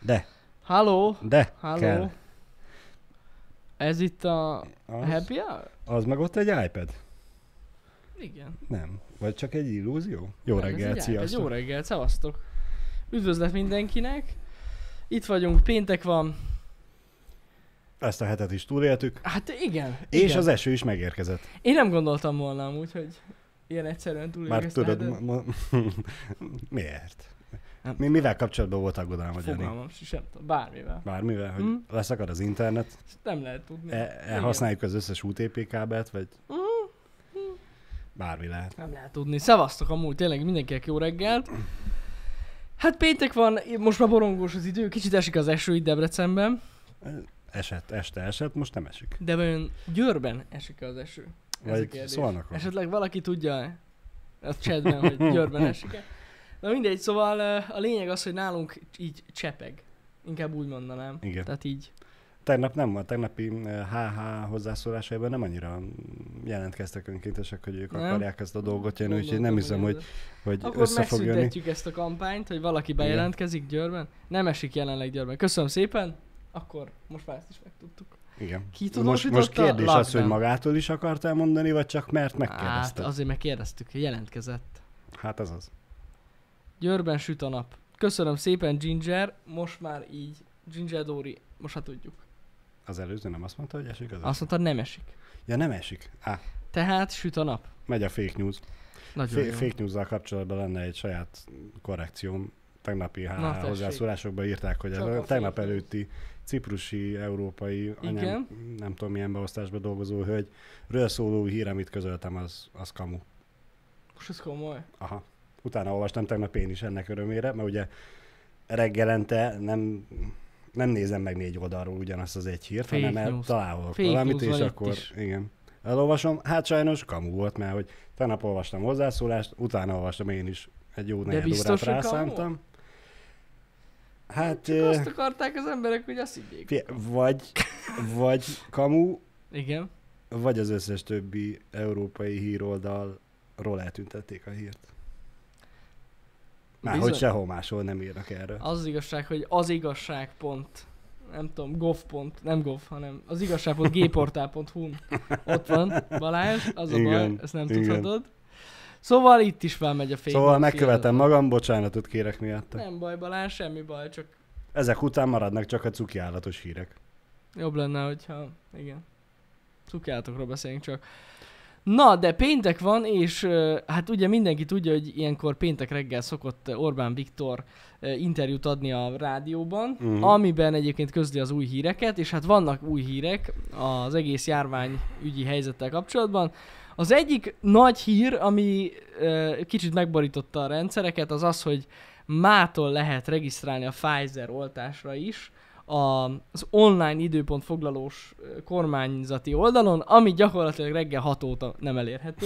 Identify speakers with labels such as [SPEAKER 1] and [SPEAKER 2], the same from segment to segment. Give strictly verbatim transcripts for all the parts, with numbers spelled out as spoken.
[SPEAKER 1] De.
[SPEAKER 2] Halló?
[SPEAKER 1] De.
[SPEAKER 2] Halló?
[SPEAKER 1] Kell.
[SPEAKER 2] Ez itt a
[SPEAKER 1] Az,
[SPEAKER 2] Happy Hour?
[SPEAKER 1] az meg ott egy iPad?
[SPEAKER 2] Igen.
[SPEAKER 1] Nem. Vagy csak egy illúzió? Jó
[SPEAKER 2] Nem, ez
[SPEAKER 1] reggelt,
[SPEAKER 2] egy iPad.
[SPEAKER 1] sziasztok.
[SPEAKER 2] Jó reggelt, szevasztok. Üdvözlet mindenkinek. Itt vagyunk, péntek van.
[SPEAKER 1] Ezt a hetet is túléltük.
[SPEAKER 2] Hát igen.
[SPEAKER 1] És
[SPEAKER 2] igen.
[SPEAKER 1] az eső is megérkezett.
[SPEAKER 2] Én nem gondoltam volna amúgy, hogy ilyen egyszerűen túléljük
[SPEAKER 1] Már
[SPEAKER 2] ezt a
[SPEAKER 1] tudod,
[SPEAKER 2] hetet.
[SPEAKER 1] ma, ma, miért?
[SPEAKER 2] Nem.
[SPEAKER 1] Mi mivel kapcsolatban volt aggodalma, Jenny?
[SPEAKER 2] Fogalmam sem tudom, bármivel.
[SPEAKER 1] Bármivel, hogy
[SPEAKER 2] Hm?
[SPEAKER 1] leszakad az internet,
[SPEAKER 2] Ezt nem lehet tudni.
[SPEAKER 1] e, e
[SPEAKER 2] Igen.
[SPEAKER 1] használjuk az összes u té pé kábelt, vagy
[SPEAKER 2] Hm?
[SPEAKER 1] bármi lehet.
[SPEAKER 2] Nem lehet tudni. Szevasztok amúgy, tényleg mindenkinek jó reggelt. Hát péntek van, most már borongós az idő, kicsit esik az eső itt Debrecenben,
[SPEAKER 1] Esett, este esett, most nem esik.
[SPEAKER 2] de vajon Győrben esik az eső? Ez a
[SPEAKER 1] Vagy
[SPEAKER 2] kérdés.
[SPEAKER 1] szólnak róla.
[SPEAKER 2] Esetleg valaki tudja a chatben, hogy Győrben esik-e? Na mindegy, szóval ö, a lényeg az, hogy nálunk így csepeg. Inkább úgy mondanám.
[SPEAKER 1] Igen.
[SPEAKER 2] Tehát így.
[SPEAKER 1] Tegnap nem, a tegnapi há há hozzászólásaiban nem annyira jelentkeztek önkéntesek, hogy ők
[SPEAKER 2] Nem?
[SPEAKER 1] akarják ezt a dolgot jönni, úgyhogy
[SPEAKER 2] Gondoltam,
[SPEAKER 1] nem hiszem, hogy,
[SPEAKER 2] ez-
[SPEAKER 1] hogy
[SPEAKER 2] Akkor
[SPEAKER 1] össze fog jönni.
[SPEAKER 2] megszüntetjük ezt a kampányt, hogy valaki bejelentkezik Győrben. Nem esik jelenleg Győrben. Köszönöm szépen. Akkor most már ezt is megtudtuk.
[SPEAKER 1] Igen.
[SPEAKER 2] Ki
[SPEAKER 1] Most,
[SPEAKER 2] tudósította?
[SPEAKER 1] most kérdés az, hogy
[SPEAKER 2] Lockdown.
[SPEAKER 1] magától is akartál mondani, vagy csak mert
[SPEAKER 2] Hát
[SPEAKER 1] megkérdezted?
[SPEAKER 2] azért megkérdeztük, hogy jelentkezett.
[SPEAKER 1] Hát az az.
[SPEAKER 2] Győrben süt a nap. Köszönöm szépen Ginger, most már így. Ginger Dóri, most hát tudjuk.
[SPEAKER 1] Az előző nem azt mondta, hogy esik az
[SPEAKER 2] Azt mondta, nem esik.
[SPEAKER 1] Ja, nem esik. Á,
[SPEAKER 2] Tehát süt a nap.
[SPEAKER 1] megy a fake news.
[SPEAKER 2] Nagyon
[SPEAKER 1] F-
[SPEAKER 2] jó.
[SPEAKER 1] fake news-zal kapcsolatban lenne egy saját korrekcióm. Tegnapi há
[SPEAKER 2] Na,
[SPEAKER 1] há
[SPEAKER 2] tessék.
[SPEAKER 1] hozzászólásokban írták, hogy
[SPEAKER 2] Csak
[SPEAKER 1] ez
[SPEAKER 2] a
[SPEAKER 1] a
[SPEAKER 2] fake
[SPEAKER 1] tegnap
[SPEAKER 2] news.
[SPEAKER 1] előtti ciprusi, európai, anyám,
[SPEAKER 2] Igen.
[SPEAKER 1] nem tudom milyen beosztásban dolgozó hölgyről szóló hír, amit közöltem, az, az kamu.
[SPEAKER 2] Most ez komoly.
[SPEAKER 1] Aha. Utána olvastam tegnap én is ennek örömére, mert ugye reggelente nem, nem nézem meg négy oldalról ugyanazt az egy hírt,
[SPEAKER 2] Fake
[SPEAKER 1] hanem el
[SPEAKER 2] news.
[SPEAKER 1] találok
[SPEAKER 2] Fake
[SPEAKER 1] valamit,
[SPEAKER 2] news van
[SPEAKER 1] és
[SPEAKER 2] itt
[SPEAKER 1] akkor
[SPEAKER 2] is.
[SPEAKER 1] igen. Elolvasom, hát sajnos kamu volt, mert hogy tegnap olvastam hozzászólást, utána olvastam én is egy jó negyed órát
[SPEAKER 2] biztos, hogy kamu
[SPEAKER 1] rászántam. Hát,
[SPEAKER 2] Csak
[SPEAKER 1] ö,
[SPEAKER 2] azt akarták az emberek, hogy azt higgyék.
[SPEAKER 1] fie- vagy, vagy kamu,
[SPEAKER 2] Igen.
[SPEAKER 1] vagy az összes többi európai híroldalról eltüntették a hírt. Már
[SPEAKER 2] Bizony.
[SPEAKER 1] hogy sehol máshol nem írnak erről.
[SPEAKER 2] Az az igazság, hogy az igazság pont, nem tudom, gov pont, nem gov, hanem az igazság pont gportál pont hu-n ott van, Balázs, az a
[SPEAKER 1] Igen,
[SPEAKER 2] baj, ezt nem
[SPEAKER 1] igen.
[SPEAKER 2] tudhatod. Szóval itt is felmegy a fake
[SPEAKER 1] Szóval
[SPEAKER 2] news
[SPEAKER 1] megkövetem
[SPEAKER 2] fiatal.
[SPEAKER 1] magam, bocsánatot kérek miatta.
[SPEAKER 2] Nem baj Balázs, semmi baj, csak
[SPEAKER 1] Ezek után maradnak csak a cuki állatos hírek.
[SPEAKER 2] jobb lenne, hogyha, igen, cukjátokról beszélünk csak. Na, de péntek van, és ö, hát ugye mindenki tudja, hogy ilyenkor péntek reggel szokott ö, Orbán Viktor ö, interjút adni a rádióban,
[SPEAKER 1] Mhm.
[SPEAKER 2] amiben egyébként közli az új híreket, és hát vannak új hírek az egész járványügyi helyzettel kapcsolatban. Az egyik nagy hír, ami ö, kicsit megborította a rendszereket, az az, hogy mától lehet regisztrálni a Pfizer oltásra is a, az online időpont foglalós ö, kormányzati oldalon, ami gyakorlatilag reggel hat óta nem elérhető.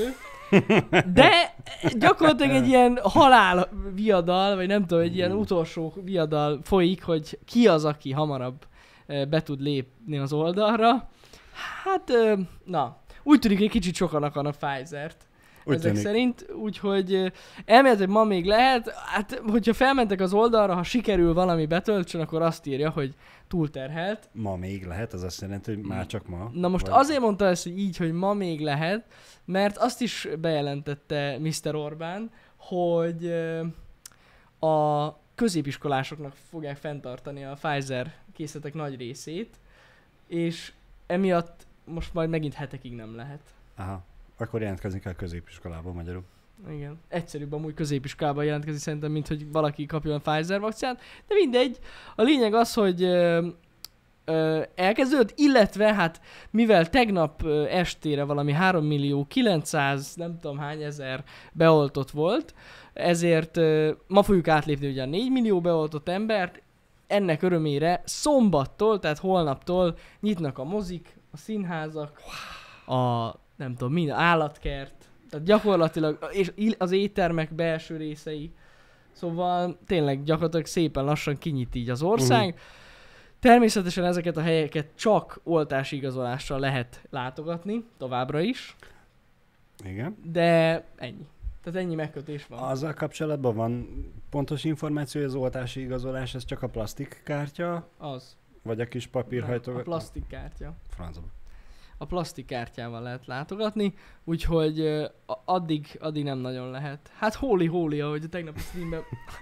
[SPEAKER 2] De gyakorlatilag egy ilyen halál viadal, vagy nem tudom, egy ilyen utolsó viadal folyik, hogy ki az, aki hamarabb ö, be tud lépni az oldalra. Hát, ö, na, úgy tűnik, egy kicsit sokan akarnak Pfizert.
[SPEAKER 1] Úgy
[SPEAKER 2] Ezek
[SPEAKER 1] tűnik.
[SPEAKER 2] szerint, úgyhogy ö, elméletileg ma még lehet, hát hogyha felmentek az oldalra, ha sikerül valami betöltsön, akkor azt írja, hogy túlterhelt.
[SPEAKER 1] Ma még lehet, az azt jelenti, hogy már csak ma.
[SPEAKER 2] Na most
[SPEAKER 1] vagy...
[SPEAKER 2] azért mondta ezt, hogy így, hogy ma még lehet, mert azt is bejelentette miszter Orbán, hogy ö, a középiskolásoknak fogják fenntartani a Pfizer készletek nagy részét, és emiatt most majd megint hetekig nem lehet.
[SPEAKER 1] Aha. Akkor jelentkezni kell középiskolában magyarul.
[SPEAKER 2] Igen. Egyszerűbb amúgy középiskolában jelentkezni szerintem, mint hogy valaki kapjon Pfizer vakcinát. De mindegy. A lényeg az, hogy ö, ö, elkezdődött, illetve hát mivel tegnap ö, estére valami három millió kilencszáz, nem tudom hány ezer beoltott volt, ezért ö, ma fogjuk átlépni ugye a négy millió beoltott embert. Ennek örömére szombattól, tehát holnaptól nyitnak a mozik, a színházak, a nem tudom, minden állatkert, tehát gyakorlatilag, és il- az éttermek belső részei. Szóval tényleg gyakorlatilag szépen lassan kinyit így az ország. Uh-huh. Természetesen ezeket a helyeket csak oltási igazolással lehet látogatni, továbbra is,
[SPEAKER 1] Igen.
[SPEAKER 2] de ennyi. Tehát ennyi megkötés van.
[SPEAKER 1] Azzal kapcsolatban van pontos információ, hogy az oltási igazolás, ez csak a plastikkártya,
[SPEAKER 2] Az.
[SPEAKER 1] vagy a kis
[SPEAKER 2] Nem,
[SPEAKER 1] papírhajtogató?
[SPEAKER 2] a plastikkártya.
[SPEAKER 1] Francba.
[SPEAKER 2] A plastikkártyával lehet látogatni, úgyhogy ö, a- addig, addig nem nagyon lehet. Hát holy holy, ahogy a tegnapi streamben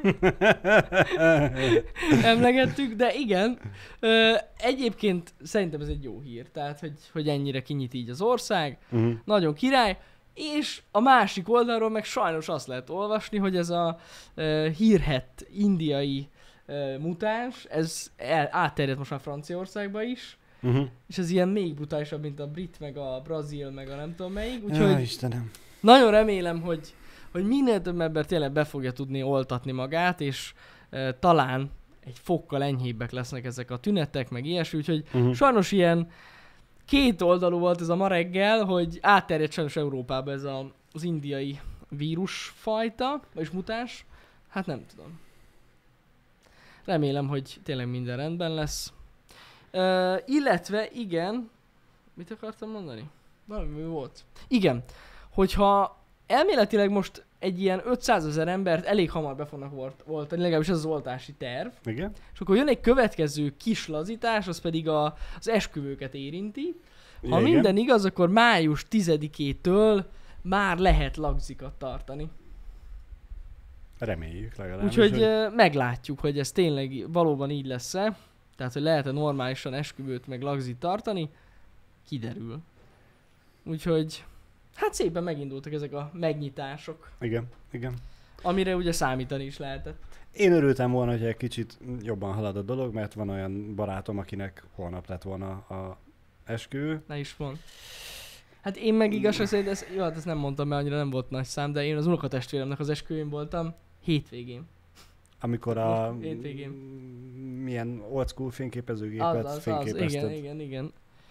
[SPEAKER 2] emlegettük, de igen. Ö, egyébként szerintem ez egy jó hír, tehát hogy, hogy ennyire kinyit így az ország.
[SPEAKER 1] Uh-huh.
[SPEAKER 2] Nagyon király. És a másik oldalról meg sajnos azt lehet olvasni, hogy ez a ö, hírhett indiai ö, mutáns, ez el, átterjedt most már Franciaországba is,
[SPEAKER 1] Uh-huh.
[SPEAKER 2] és ez ilyen még brutálisabb, mint a brit, meg a brazil, meg a nem tudom melyik,
[SPEAKER 1] Úgyhogy... Ja,
[SPEAKER 2] úgyhogy
[SPEAKER 1] Istenem.
[SPEAKER 2] nagyon remélem, hogy, hogy minél több ember tényleg be fogja tudni oltatni magát, és e, talán egy fokkal enyhébbek lesznek ezek a tünetek, meg ilyesmi, úgyhogy
[SPEAKER 1] Uh-huh.
[SPEAKER 2] sajnos ilyen két oldalú volt ez a ma reggel, hogy átterjedt sajnos Európába ez a, az indiai vírusfajta, vagyis mutáns, hát nem tudom. Remélem, hogy tényleg minden rendben lesz. Uh, illetve igen, mit akartam mondani? Valami volt. Igen, hogyha elméletileg most egy ilyen ötszázezer embert elég hamar be fognak volt- oltani, legalábbis ez az oltási terv,
[SPEAKER 1] Igen?
[SPEAKER 2] és akkor jön egy következő kis lazítás, az pedig a, az esküvőket érinti. Ha
[SPEAKER 1] Igen.
[SPEAKER 2] minden igaz, akkor május tizedikétől már lehet lagzikat tartani.
[SPEAKER 1] Reméljük legalábbis.
[SPEAKER 2] Úgyhogy
[SPEAKER 1] hogy...
[SPEAKER 2] ö, meglátjuk, hogy ez tényleg valóban így lesz-e. Tehát, hogy lehet-e normálisan esküvőt meg lagzit tartani, kiderül. Úgyhogy, hát szépen megindultak ezek a megnyitások,
[SPEAKER 1] Igen, igen.
[SPEAKER 2] amire ugye számítani is lehetett.
[SPEAKER 1] Én örültem volna, hogy egy kicsit jobban halad a dolog, mert van olyan barátom, akinek holnap lett volna a esküvő.
[SPEAKER 2] Ne is mond. Hát én meg igazság szerint, ezt, jó, hát ezt nem mondtam, mert annyira nem volt nagy szám, de én az unokatestvéremnek az esküvőn voltam hétvégén.
[SPEAKER 1] Amikor a
[SPEAKER 2] Most hétvégén.
[SPEAKER 1] milyen old school fényképezőgépet
[SPEAKER 2] Az, az, az,
[SPEAKER 1] fényképezted
[SPEAKER 2] igen, igen, igen.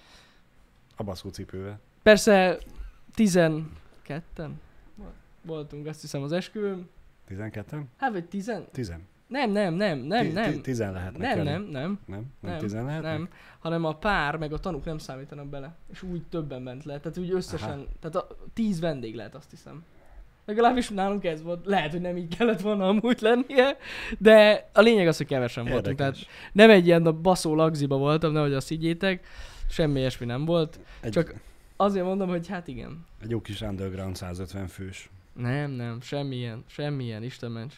[SPEAKER 1] a baszócipővel.
[SPEAKER 2] Persze tizenketten voltunk, azt hiszem, az esküvőn.
[SPEAKER 1] tizenketten?
[SPEAKER 2] Hát vagy tizen?
[SPEAKER 1] Tizen.
[SPEAKER 2] Nem, nem, nem, nem,
[SPEAKER 1] Ti-
[SPEAKER 2] nem.
[SPEAKER 1] ti- Tizen lehetnek.
[SPEAKER 2] Nem,
[SPEAKER 1] Kelly.
[SPEAKER 2] nem, nem,
[SPEAKER 1] Nem? Nem,
[SPEAKER 2] Nem,
[SPEAKER 1] tizen lehetnek?
[SPEAKER 2] nem, hanem a pár meg a tanúk nem számítanak bele, és úgy többen ment le, tehát úgy összesen,
[SPEAKER 1] Aha.
[SPEAKER 2] tehát a tíz vendég lehet, azt hiszem. Legalábbis nálunk ez volt, lehet, hogy nem így kellett volna amúgy lennie, de a lényeg az, hogy kevesen voltunk, tehát
[SPEAKER 1] Érdekes.
[SPEAKER 2] nem egy ilyen a baszó lagziba voltam, nehogy azt higgyétek, semmi ilyesmi nem volt,
[SPEAKER 1] Egy,
[SPEAKER 2] csak- azért mondom, hogy hát igen.
[SPEAKER 1] egy jó kis underground százötven fős.
[SPEAKER 2] Nem, nem, semmilyen, semmilyen, Isten ments.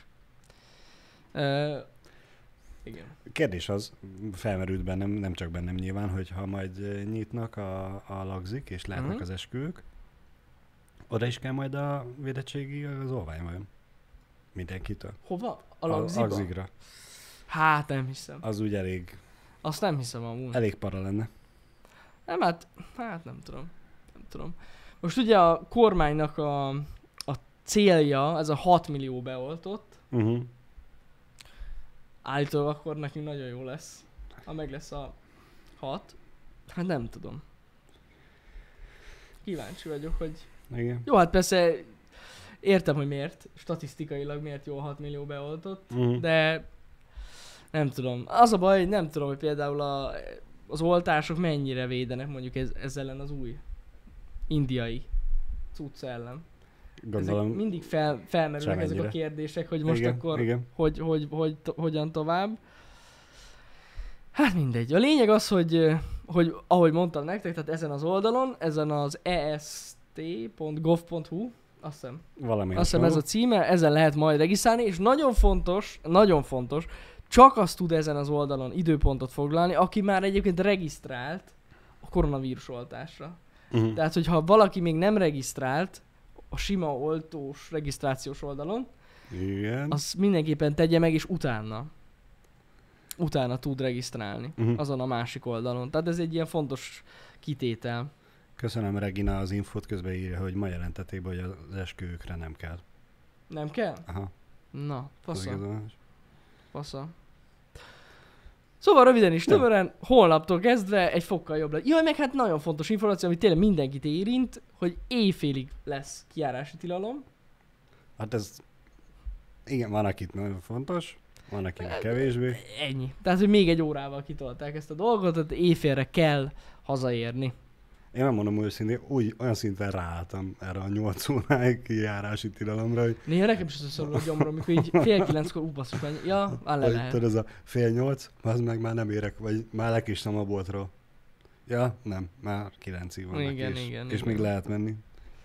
[SPEAKER 2] Uh, igen.
[SPEAKER 1] Kérdés az, felmerült bennem, nem csak bennem nyilván, hogy ha majd eh, nyitnak a, a lagzik, és lehetnek
[SPEAKER 2] Mhm.
[SPEAKER 1] az esküvők, oda is kell majd a védettségi az olvány vajon? Mindenkitől?
[SPEAKER 2] Hova? A
[SPEAKER 1] A
[SPEAKER 2] lagziba?
[SPEAKER 1] lagzikra.
[SPEAKER 2] Hát nem hiszem.
[SPEAKER 1] Az úgy elég,
[SPEAKER 2] Azt nem hiszem amúgy.
[SPEAKER 1] elég para lenne.
[SPEAKER 2] Nem, hát, hát nem tudom. Nem tudom. Most ugye a kormánynak a, a célja, ez a hat millió beoltott.
[SPEAKER 1] Uh-huh.
[SPEAKER 2] Állítólag akkor nekünk nagyon jó lesz, ha meg lesz a hat. Hát nem tudom. Kíváncsi vagyok, hogy...
[SPEAKER 1] Igen.
[SPEAKER 2] Jó, hát persze értem, hogy miért. Statisztikailag miért jó hat millió beoltott.
[SPEAKER 1] Uh-huh.
[SPEAKER 2] De nem tudom. Az a baj, hogy nem tudom, hogy például a, az oltások mennyire védenek mondjuk ez, ez ellen az új indiai cucc ellen.
[SPEAKER 1] Gondolom,
[SPEAKER 2] Ezek mindig fel, felmerülnek ezek a
[SPEAKER 1] semennyire.
[SPEAKER 2] kérdések, hogy most
[SPEAKER 1] igen,
[SPEAKER 2] akkor
[SPEAKER 1] igen.
[SPEAKER 2] Hogy, hogy, hogy, to, hogyan tovább. Hát mindegy. A lényeg az, hogy, hogy ahogy mondtam nektek, tehát ezen az oldalon, ezen az e s t pont gov pont hu, azt hiszem,
[SPEAKER 1] Valami
[SPEAKER 2] azt hiszem ez a címe, ezen lehet majd regisztrálni, és nagyon fontos, nagyon fontos, csak azt tud ezen az oldalon időpontot foglalni, aki már egyébként regisztrált a koronavírus oltásra.
[SPEAKER 1] Uh-huh.
[SPEAKER 2] Tehát, hogyha valaki még nem regisztrált a sima oltós regisztrációs oldalon,
[SPEAKER 1] Igen.
[SPEAKER 2] az mindenképpen tegye meg, és utána utána tud regisztrálni
[SPEAKER 1] Uh-huh.
[SPEAKER 2] azon a másik oldalon. Tehát ez egy ilyen fontos kitétel.
[SPEAKER 1] Köszönöm Regina az infót, közben írja, hogy ma jelentették be, hogy az esküvőkre nem kell.
[SPEAKER 2] Nem kell?
[SPEAKER 1] Aha.
[SPEAKER 2] Na,
[SPEAKER 1] az
[SPEAKER 2] fasza,
[SPEAKER 1] igazolás.
[SPEAKER 2] fasza. Szóval röviden is
[SPEAKER 1] Nem.
[SPEAKER 2] tömören, holnaptól kezdve egy fokkal jobb lesz. Jaj, meg hát nagyon fontos információ, ami tényleg mindenkit érint, hogy éjfélig lesz kijárási tilalom.
[SPEAKER 1] Hát ez... Igen, van akit nagyon fontos, van akinek kevésbé.
[SPEAKER 2] Ennyi. Tehát, hogy még egy órával kitolták ezt a dolgot, tehát éjfélre kell hazaérni.
[SPEAKER 1] Én nem mondom őszintén, úgy, olyan szinten ráálltam erre a nyolc óráig kijárási tilalomra, hogy...
[SPEAKER 2] Néha nekem is összeszorul a gyomrom, amikor így fél kilenckor, ú, basszus, már, ja, már le
[SPEAKER 1] Vagy
[SPEAKER 2] lehet.
[SPEAKER 1] tudod, ez a fél nyolc, az meg már nem érek, vagy már lekéstem a boltról. Ja, nem, már kilencig vannak,
[SPEAKER 2] Igen,
[SPEAKER 1] és,
[SPEAKER 2] igen,
[SPEAKER 1] és
[SPEAKER 2] igen.
[SPEAKER 1] még lehet menni.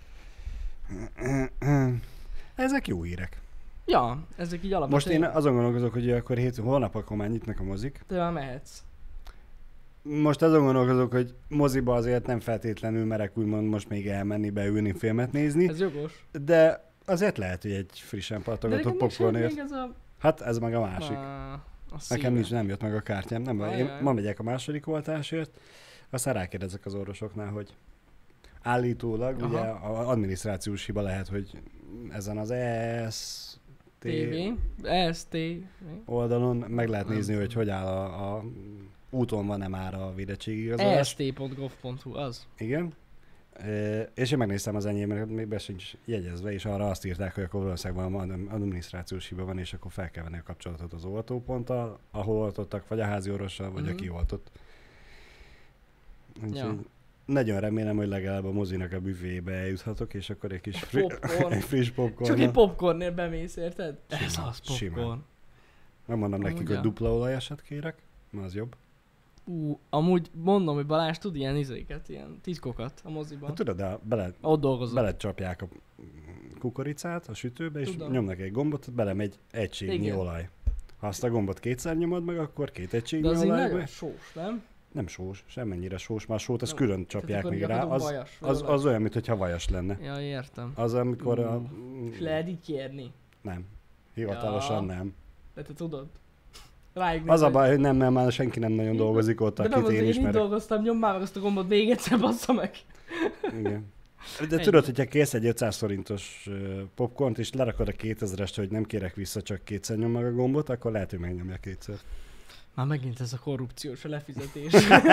[SPEAKER 1] Ezek jó hírek.
[SPEAKER 2] Ja, ezek így alapvetően...
[SPEAKER 1] Most én azon gondolkozok, hogy akkor hét, holnap akkor már nyitnak a mozik.
[SPEAKER 2] Te már mehetsz.
[SPEAKER 1] Most azon gondolkozok, hogy moziba azért nem feltétlenül merek úgymond most még elmenni, beülni, filmet nézni,
[SPEAKER 2] Ez jogos.
[SPEAKER 1] de azért lehet, hogy egy frissen
[SPEAKER 2] De
[SPEAKER 1] pattogatott
[SPEAKER 2] nekem még sem
[SPEAKER 1] popcornért.
[SPEAKER 2] még ez a...
[SPEAKER 1] Hát ez meg a másik.
[SPEAKER 2] Á, a
[SPEAKER 1] Nekem
[SPEAKER 2] szíve.
[SPEAKER 1] nincs, nem jött meg a kártyám. Nem, baj. Én
[SPEAKER 2] Ajaj.
[SPEAKER 1] ma megyek a második oltásért, aztán rákérdezek az orvosoknál, hogy állítólag,
[SPEAKER 2] Aha.
[SPEAKER 1] ugye a adminisztrációs hiba lehet, hogy ezen az E S T
[SPEAKER 2] té vé. es té.
[SPEAKER 1] oldalon meg lehet
[SPEAKER 2] Nem
[SPEAKER 1] nézni, hogy
[SPEAKER 2] tudom.
[SPEAKER 1] hogy áll a, a úton van-e már a védettségi
[SPEAKER 2] e
[SPEAKER 1] igazolás.
[SPEAKER 2] es té pont gov pont hu, az.
[SPEAKER 1] Igen. E, és én megnéztem az enyémre, még be sincs jegyezve, és arra azt írták, hogy akkor valószínűleg valami adminisztrációs hiba van, és akkor fel kell venni a kapcsolatot az oltóponttal, ahol oltottak, vagy a házi orvossal, vagy
[SPEAKER 2] Mhm.
[SPEAKER 1] aki oltott. Úgyhogy
[SPEAKER 2] Ja.
[SPEAKER 1] nagyon remélem, hogy legalább a mozinak a büfébe eljuthatok, és akkor egy kis fri-
[SPEAKER 2] Popcorn.
[SPEAKER 1] egy friss popcorn.
[SPEAKER 2] Csak egy popcornért bemész, érted? Ez
[SPEAKER 1] Simán,
[SPEAKER 2] az popcorn.
[SPEAKER 1] simán. Megmondom nekik,
[SPEAKER 2] Amúgy,
[SPEAKER 1] hogy
[SPEAKER 2] ja.
[SPEAKER 1] dupla olajasat kérek, mert az jobb.
[SPEAKER 2] Ú, amúgy mondom, hogy Balázs tud ilyen izéket, ilyen titkokat a moziban.
[SPEAKER 1] Hát tudod, de bele,
[SPEAKER 2] Ott dolgozom.
[SPEAKER 1] belecsapják a kukoricát a sütőbe, és
[SPEAKER 2] Tudom.
[SPEAKER 1] nyomnak egy gombot, belemegy egységnyi
[SPEAKER 2] Igen.
[SPEAKER 1] olaj. Ha azt a gombot kétszer nyomod meg, akkor két egységnyi
[SPEAKER 2] De az így
[SPEAKER 1] olaj.
[SPEAKER 2] nagyon
[SPEAKER 1] meg-
[SPEAKER 2] sós, nem?
[SPEAKER 1] Nem sós, semmennyire sós, már sót az
[SPEAKER 2] Nem.
[SPEAKER 1] külön csapják
[SPEAKER 2] akkor
[SPEAKER 1] még rá.
[SPEAKER 2] gyakorlatilag
[SPEAKER 1] Az,
[SPEAKER 2] vajas, vagy
[SPEAKER 1] az,
[SPEAKER 2] olaj.
[SPEAKER 1] az olyan, mintha vajas lenne.
[SPEAKER 2] Ja, értem.
[SPEAKER 1] Az, amikor a...
[SPEAKER 2] Ú. És lehet így kérni.
[SPEAKER 1] Nem. Hivatalosan
[SPEAKER 2] Ja.
[SPEAKER 1] nem.
[SPEAKER 2] De te tudod. Ráig
[SPEAKER 1] Az a baj, hogy nem, mert már senki nem nagyon
[SPEAKER 2] Én-
[SPEAKER 1] dolgozik ott,
[SPEAKER 2] De nem,
[SPEAKER 1] akit
[SPEAKER 2] az
[SPEAKER 1] én
[SPEAKER 2] én így
[SPEAKER 1] ismerek.
[SPEAKER 2] dolgoztam, nyom már meg azt a gombot még egyszer, bassza meg.
[SPEAKER 1] Igen. De
[SPEAKER 2] Ennyi.
[SPEAKER 1] tudod, hogyha kész egy ötszáz forintos ö, popcornt, és lerakod a kétezrest, hogy nem kérek vissza, csak kétszer nyom meg a gombot, akkor lehet, hogy megnyomja kétszer.
[SPEAKER 2] Már megint ez a korrupciós a lefizetés.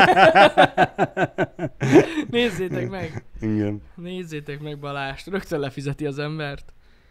[SPEAKER 2] Nézzétek meg!
[SPEAKER 1] Igen.
[SPEAKER 2] Nézzétek meg Balást, rögtön lefizeti az embert.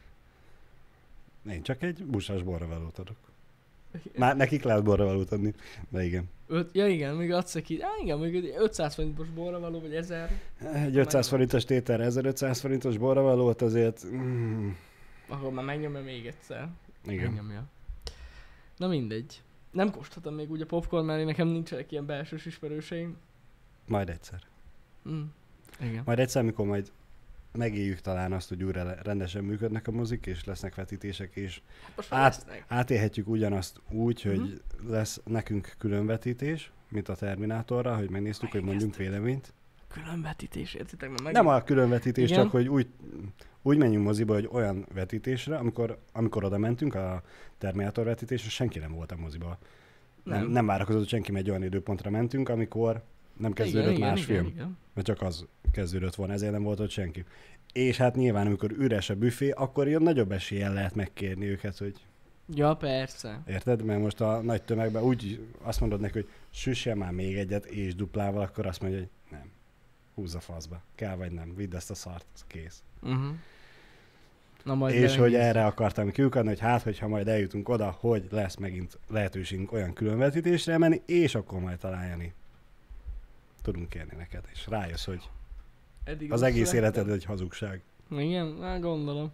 [SPEAKER 1] Én csak egy busás borravalót adok. Már nekik lehet borravalót adni, de igen.
[SPEAKER 2] Öt, ja igen, még adsz neki, á igen, még ötszáz forintos borra való, vagy ezer.
[SPEAKER 1] Egy ötszáz forintos tételre ezerötszáz forintos borravalót azért... Mm,
[SPEAKER 2] Akkor már megnyomja még egyszer.
[SPEAKER 1] igen.
[SPEAKER 2] Megnyomja. Na mindegy. Nem kóstoltam még úgy a popcorn, mert nekem nincsenek ilyen belsős ismerőseim.
[SPEAKER 1] Majd egyszer.
[SPEAKER 2] Mm. Igen.
[SPEAKER 1] Majd egyszer, amikor majd megéljük talán azt, hogy újra le- rendesen működnek a mozik, és lesznek vetítések, és
[SPEAKER 2] Most már
[SPEAKER 1] Át-
[SPEAKER 2] lesznek.
[SPEAKER 1] átélhetjük ugyanazt úgy, hogy
[SPEAKER 2] Mhm.
[SPEAKER 1] lesz nekünk különvetítés, mint a Terminátorra, hogy megnéztük, hogy mondjunk véleményt.
[SPEAKER 2] Különvetítés, értitek? Már meg...
[SPEAKER 1] Nem a különvetítés,
[SPEAKER 2] Igen.
[SPEAKER 1] csak hogy úgy, úgy menjünk moziba, hogy olyan vetítésre, amikor, amikor oda mentünk a Terminátor vetítésre, senki nem volt a moziba. Nem, nem, nem várakozott, senki, mert egy olyan időpontra mentünk, amikor nem kezdődött
[SPEAKER 2] igen,
[SPEAKER 1] más
[SPEAKER 2] igen,
[SPEAKER 1] film,
[SPEAKER 2] igen.
[SPEAKER 1] mert csak az kezdődött volna, ezért nem volt ott senki. És hát nyilván, amikor üres a büfé, akkor ilyen nagyobb eséllyel lehet megkérni őket, hogy
[SPEAKER 2] Ja, persze.
[SPEAKER 1] érted? Mert most a nagy tömegben úgy azt mondod neki, hogy süsse már még egyet és duplával, akkor azt mondja, hogy nem. Húzza faszba. Kell vagy nem. Vidd ezt a szart. Ez kész.
[SPEAKER 2] Uh-huh. Na majd
[SPEAKER 1] És
[SPEAKER 2] belenéz.
[SPEAKER 1] hogy erre akartam kiukadni, hogy hát, hogyha majd eljutunk oda, hogy lesz megint lehetőségünk olyan különvetítésre menni, és akkor majd talán Jani, tudunk kérni neked. És rájössz, hogy
[SPEAKER 2] Eddig
[SPEAKER 1] az
[SPEAKER 2] ott
[SPEAKER 1] egész
[SPEAKER 2] születtem.
[SPEAKER 1] életed egy hazugság.
[SPEAKER 2] Igen, hát gondolom.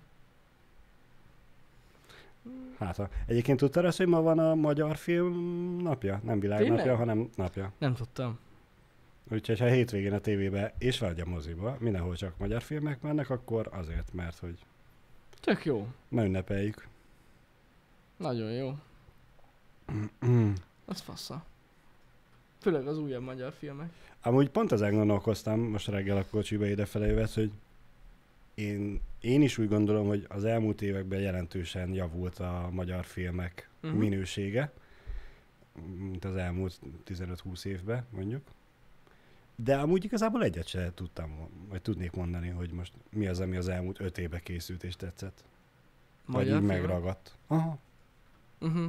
[SPEAKER 1] Hát, ha. Egyébként tudtad azt, hogy ma van a magyar film napja? Nem világnapja,
[SPEAKER 2] Tényleg?
[SPEAKER 1] hanem napja.
[SPEAKER 2] Nem tudtam.
[SPEAKER 1] Úgyhogy ha hétvégén a tévébe és vagy a moziba, mindenhol csak magyar filmek mennek, akkor azért, mert hogy
[SPEAKER 2] Tök jó.
[SPEAKER 1] ma ünnepeljük.
[SPEAKER 2] Nagyon jó. Az fassa. Főleg az újabb magyar filmek.
[SPEAKER 1] Amúgy pont ezen gondolkoztam most reggel a kocsiba idefele jövet, hogy én, én is úgy gondolom, hogy az elmúlt években jelentősen javult a magyar filmek
[SPEAKER 2] Mhm.
[SPEAKER 1] uh-huh. minősége, mint az elmúlt tizenöt-húsz évben mondjuk. De amúgy igazából egyet sem tudtam, vagy tudnék mondani, hogy most mi az, ami az elmúlt öt évben készült és tetszett. Vagy így
[SPEAKER 2] filmek?
[SPEAKER 1] megragadt. Aha.
[SPEAKER 2] Uh-huh.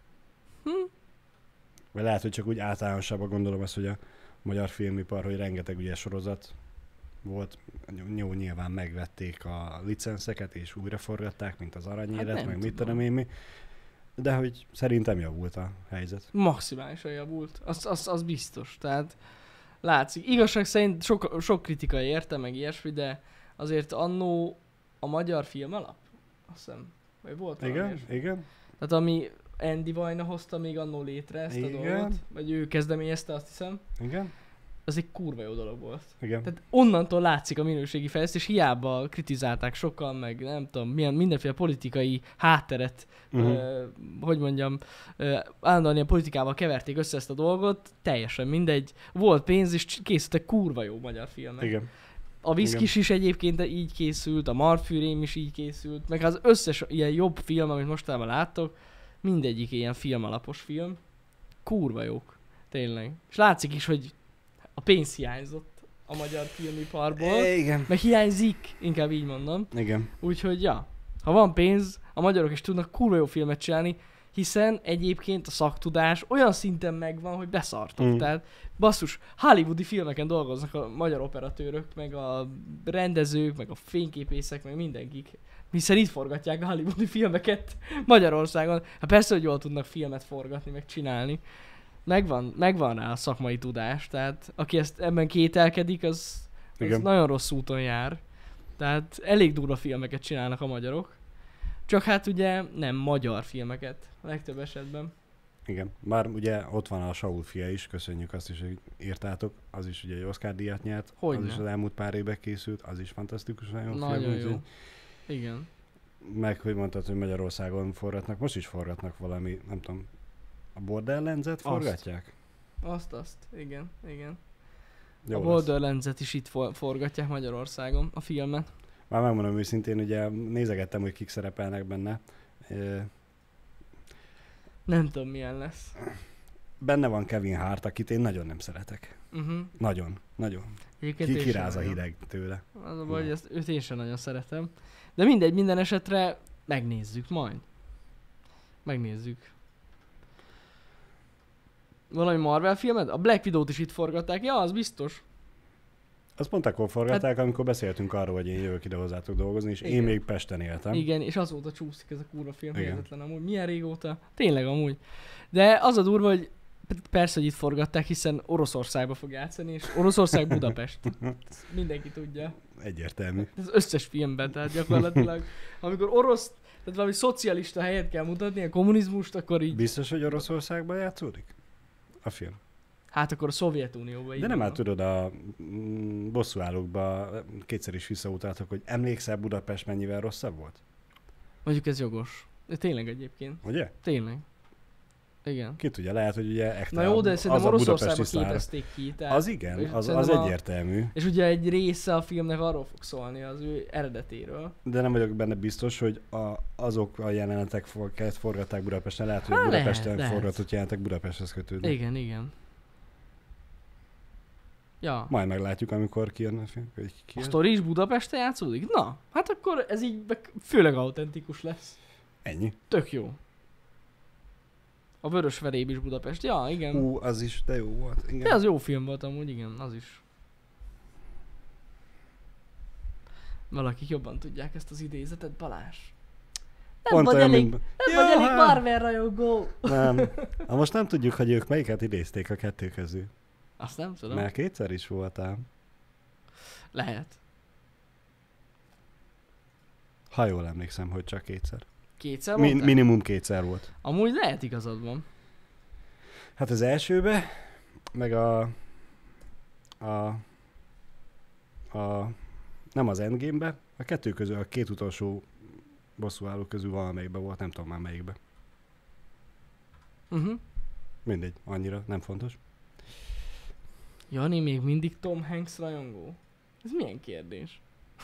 [SPEAKER 1] Vagy lehet, hogy csak úgy általánosabban gondolom azt, hogy a magyar filmipar, hogy rengeteg ugye sorozat volt. Jó, nyilván megvették a licenszeket, és újra forgatták, mint az Aranyélet,
[SPEAKER 2] Hát nem
[SPEAKER 1] meg mit
[SPEAKER 2] tudom.
[SPEAKER 1] tudom én mi. De hogy szerintem javult a helyzet.
[SPEAKER 2] Maximálisan javult. Az, az, az biztos. Tehát Látszik. Igazság szerint sok, sok kritika érte, meg ilyesmi, de azért annó a magyar film alap? Azt hiszem. Vagy volt valami
[SPEAKER 1] Igen,
[SPEAKER 2] ilyesmi.
[SPEAKER 1] igen.
[SPEAKER 2] Tehát ami Andy Vajna hozta még annó létre ezt
[SPEAKER 1] Igen.
[SPEAKER 2] a dolgot, vagy ő kezdeményezte, azt hiszem,
[SPEAKER 1] Igen.
[SPEAKER 2] az egy kurva jó dolog volt.
[SPEAKER 1] Igen.
[SPEAKER 2] Tehát onnantól látszik a minőségi fejlesztés, hiába kritizálták sokan, meg nem tudom, milyen mindenféle politikai hátteret,
[SPEAKER 1] Uh-huh.
[SPEAKER 2] ö, hogy mondjam, ö, állandóan ilyen politikával keverték össze ezt a dolgot, teljesen mindegy. Volt pénz, és készültek kurva jó magyar filmek.
[SPEAKER 1] Igen.
[SPEAKER 2] A Viszkis is egyébként így készült, a Marfűrém is így készült, meg az összes ilyen jobb film, amit mostanában láttok, mindegyik ilyen filmalapos film. Kurva jók. Tényleg. És látszik is, hogy a pénz hiányzott a magyar filmiparból.
[SPEAKER 1] Igen.
[SPEAKER 2] Meg hiányzik, inkább így mondom.
[SPEAKER 1] Igen.
[SPEAKER 2] Úgyhogy ja, ha van pénz, a magyarok is tudnak kurva jó filmet csinálni, hiszen egyébként a szaktudás olyan szinten megvan, hogy beszartok.
[SPEAKER 1] Mm.
[SPEAKER 2] Tehát basszus, hollywoodi filmeken dolgoznak a magyar operatőrök, meg a rendezők, meg a fényképészek, meg mindenkik. Hiszen itt forgatják a hollywoodi filmeket Magyarországon. Hát persze, hogy jól tudnak filmet forgatni, meg csinálni. Megvan, megvan rá a szakmai tudás, tehát aki ezt ebben kételkedik, az, az
[SPEAKER 1] Igen.
[SPEAKER 2] nagyon rossz úton jár. Tehát elég durva filmeket csinálnak a magyarok. Csak hát ugye nem magyar filmeket a legtöbb esetben.
[SPEAKER 1] Igen. Bár ugye ott van a Saul fia is, köszönjük azt is, hogy írtátok. Az is ugye egy Oscar díjat nyert.
[SPEAKER 2] Hogyne.
[SPEAKER 1] Az is az elmúlt pár évben készült, az is fantasztikus, nagyon film.
[SPEAKER 2] Nagyon
[SPEAKER 1] úgyhogy-
[SPEAKER 2] jó. Igen.
[SPEAKER 1] Meg, hogy mondtad, hogy Magyarországon forgatnak, most is forgatnak valami, nem tudom, a Borderlands-et forgatják?
[SPEAKER 2] Azt, azt. Igen, igen.
[SPEAKER 1] Jó
[SPEAKER 2] a
[SPEAKER 1] lesz.
[SPEAKER 2] Borderlands-et is itt for- forgatják Magyarországon, a filmet.
[SPEAKER 1] Már megmondom őszintén, ugye nézegettem, hogy kik szerepelnek benne. Ö,
[SPEAKER 2] Nem tudom milyen lesz.
[SPEAKER 1] Benne van Kevin Hart, akit én nagyon nem szeretek.
[SPEAKER 2] Uh-huh.
[SPEAKER 1] Nagyon, nagyon.
[SPEAKER 2] Egyébként én
[SPEAKER 1] Ki
[SPEAKER 2] sem
[SPEAKER 1] kiráz a
[SPEAKER 2] nagyon.
[SPEAKER 1] hideg tőle.
[SPEAKER 2] Az a baj, hogy ezt, őt én sem nagyon szeretem. De mindegy, minden esetre megnézzük majd. Megnézzük. Valami Marvel filmet? A Black Widow-t is itt forgatták. Ja, az biztos.
[SPEAKER 1] Azt pont akkor forgatták, hát, amikor beszéltünk arról, hogy én jövök ide hozzátok dolgozni, és
[SPEAKER 2] Igen.
[SPEAKER 1] én még Pesten éltem.
[SPEAKER 2] Igen, és azóta csúszik ez a kurva film,
[SPEAKER 1] Igen.
[SPEAKER 2] hihetetlen amúgy. Milyen régóta? Tényleg amúgy. De az a durva, hogy p- persze, hogy itt forgatták, hiszen Oroszországba fog játszani, és Oroszország Budapest. Ezt mindenki tudja.
[SPEAKER 1] Egyértelmű.
[SPEAKER 2] Az összes filmben, tehát gyakorlatilag, amikor orosz, tehát valami szocialista helyet kell mutatni, a kommunizmust, akkor így,
[SPEAKER 1] Biztos, hogy Oroszországban játszódik? A film.
[SPEAKER 2] hát akkor a Szovjetunióba így
[SPEAKER 1] De nem
[SPEAKER 2] van.
[SPEAKER 1] át tudod, a mm, bosszúállókba kétszer is visszautaltak, hogy emlékszel, Budapest mennyivel rosszabb volt?
[SPEAKER 2] Mondjuk ez jogos. De tényleg egyébként.
[SPEAKER 1] Ugye?
[SPEAKER 2] Tényleg. Igen.
[SPEAKER 1] Ki tudja, lehet, hogy ugye echt
[SPEAKER 2] Na jó, de
[SPEAKER 1] az
[SPEAKER 2] szerintem
[SPEAKER 1] a
[SPEAKER 2] Oroszországba
[SPEAKER 1] budapesti szár.
[SPEAKER 2] képezték ki. Tehát,
[SPEAKER 1] Az igen, az, az
[SPEAKER 2] szerintem a-
[SPEAKER 1] egyértelmű,
[SPEAKER 2] És ugye egy része a filmnek arról fog szólni, az ő eredetéről.
[SPEAKER 1] de nem vagyok benne biztos, hogy a, azok a jelenetek for, forgatták Budapesten, lehet, hogy
[SPEAKER 2] Há,
[SPEAKER 1] Budapesten
[SPEAKER 2] lehet, lehet.
[SPEAKER 1] forgatott jelenetek Budapesthez kötődnek.
[SPEAKER 2] Igen, igen. Ja.
[SPEAKER 1] Majd meglátjuk, amikor kijön a film. Hogy
[SPEAKER 2] A
[SPEAKER 1] kijön.
[SPEAKER 2] sztori is Budapesten játszódik? Na, hát akkor ez így meg főleg autentikus lesz.
[SPEAKER 1] Ennyi.
[SPEAKER 2] Tök jó. A Vörös Veréb is Budapest. Ja, igen.
[SPEAKER 1] Ú, az is, de jó volt. Igen.
[SPEAKER 2] De az jó film volt amúgy, igen, az is. Valakik jobban tudják ezt az idézetet, Balázs. Nem
[SPEAKER 1] Pont
[SPEAKER 2] vagy
[SPEAKER 1] olyan,
[SPEAKER 2] elég,
[SPEAKER 1] mint...
[SPEAKER 2] nem
[SPEAKER 1] Ja,
[SPEAKER 2] vagy elég
[SPEAKER 1] hát.
[SPEAKER 2] Marvel rajongó.
[SPEAKER 1] Nem. Na most nem tudjuk, hogy ők melyiket idézték a kettő közül.
[SPEAKER 2] Azt nem tudom.
[SPEAKER 1] Mert kétszer is voltál.
[SPEAKER 2] Lehet.
[SPEAKER 1] Ha jól emlékszem, hogy csak kétszer.
[SPEAKER 2] Kétszer
[SPEAKER 1] Mi-
[SPEAKER 2] mondtál?
[SPEAKER 1] minimum kétszer volt.
[SPEAKER 2] Amúgy lehet igazad van.
[SPEAKER 1] Hát az elsőbe, meg a... A... A... Nem az Endgame-be, a kettő közül, a két utolsó bosszúálló közül valamelyikben volt, nem tudom már melyikbe.
[SPEAKER 2] Uh-huh.
[SPEAKER 1] Mindegy, annyira nem fontos.
[SPEAKER 2] Jani még mindig Tom Hanks rajongó? Ez milyen kérdés?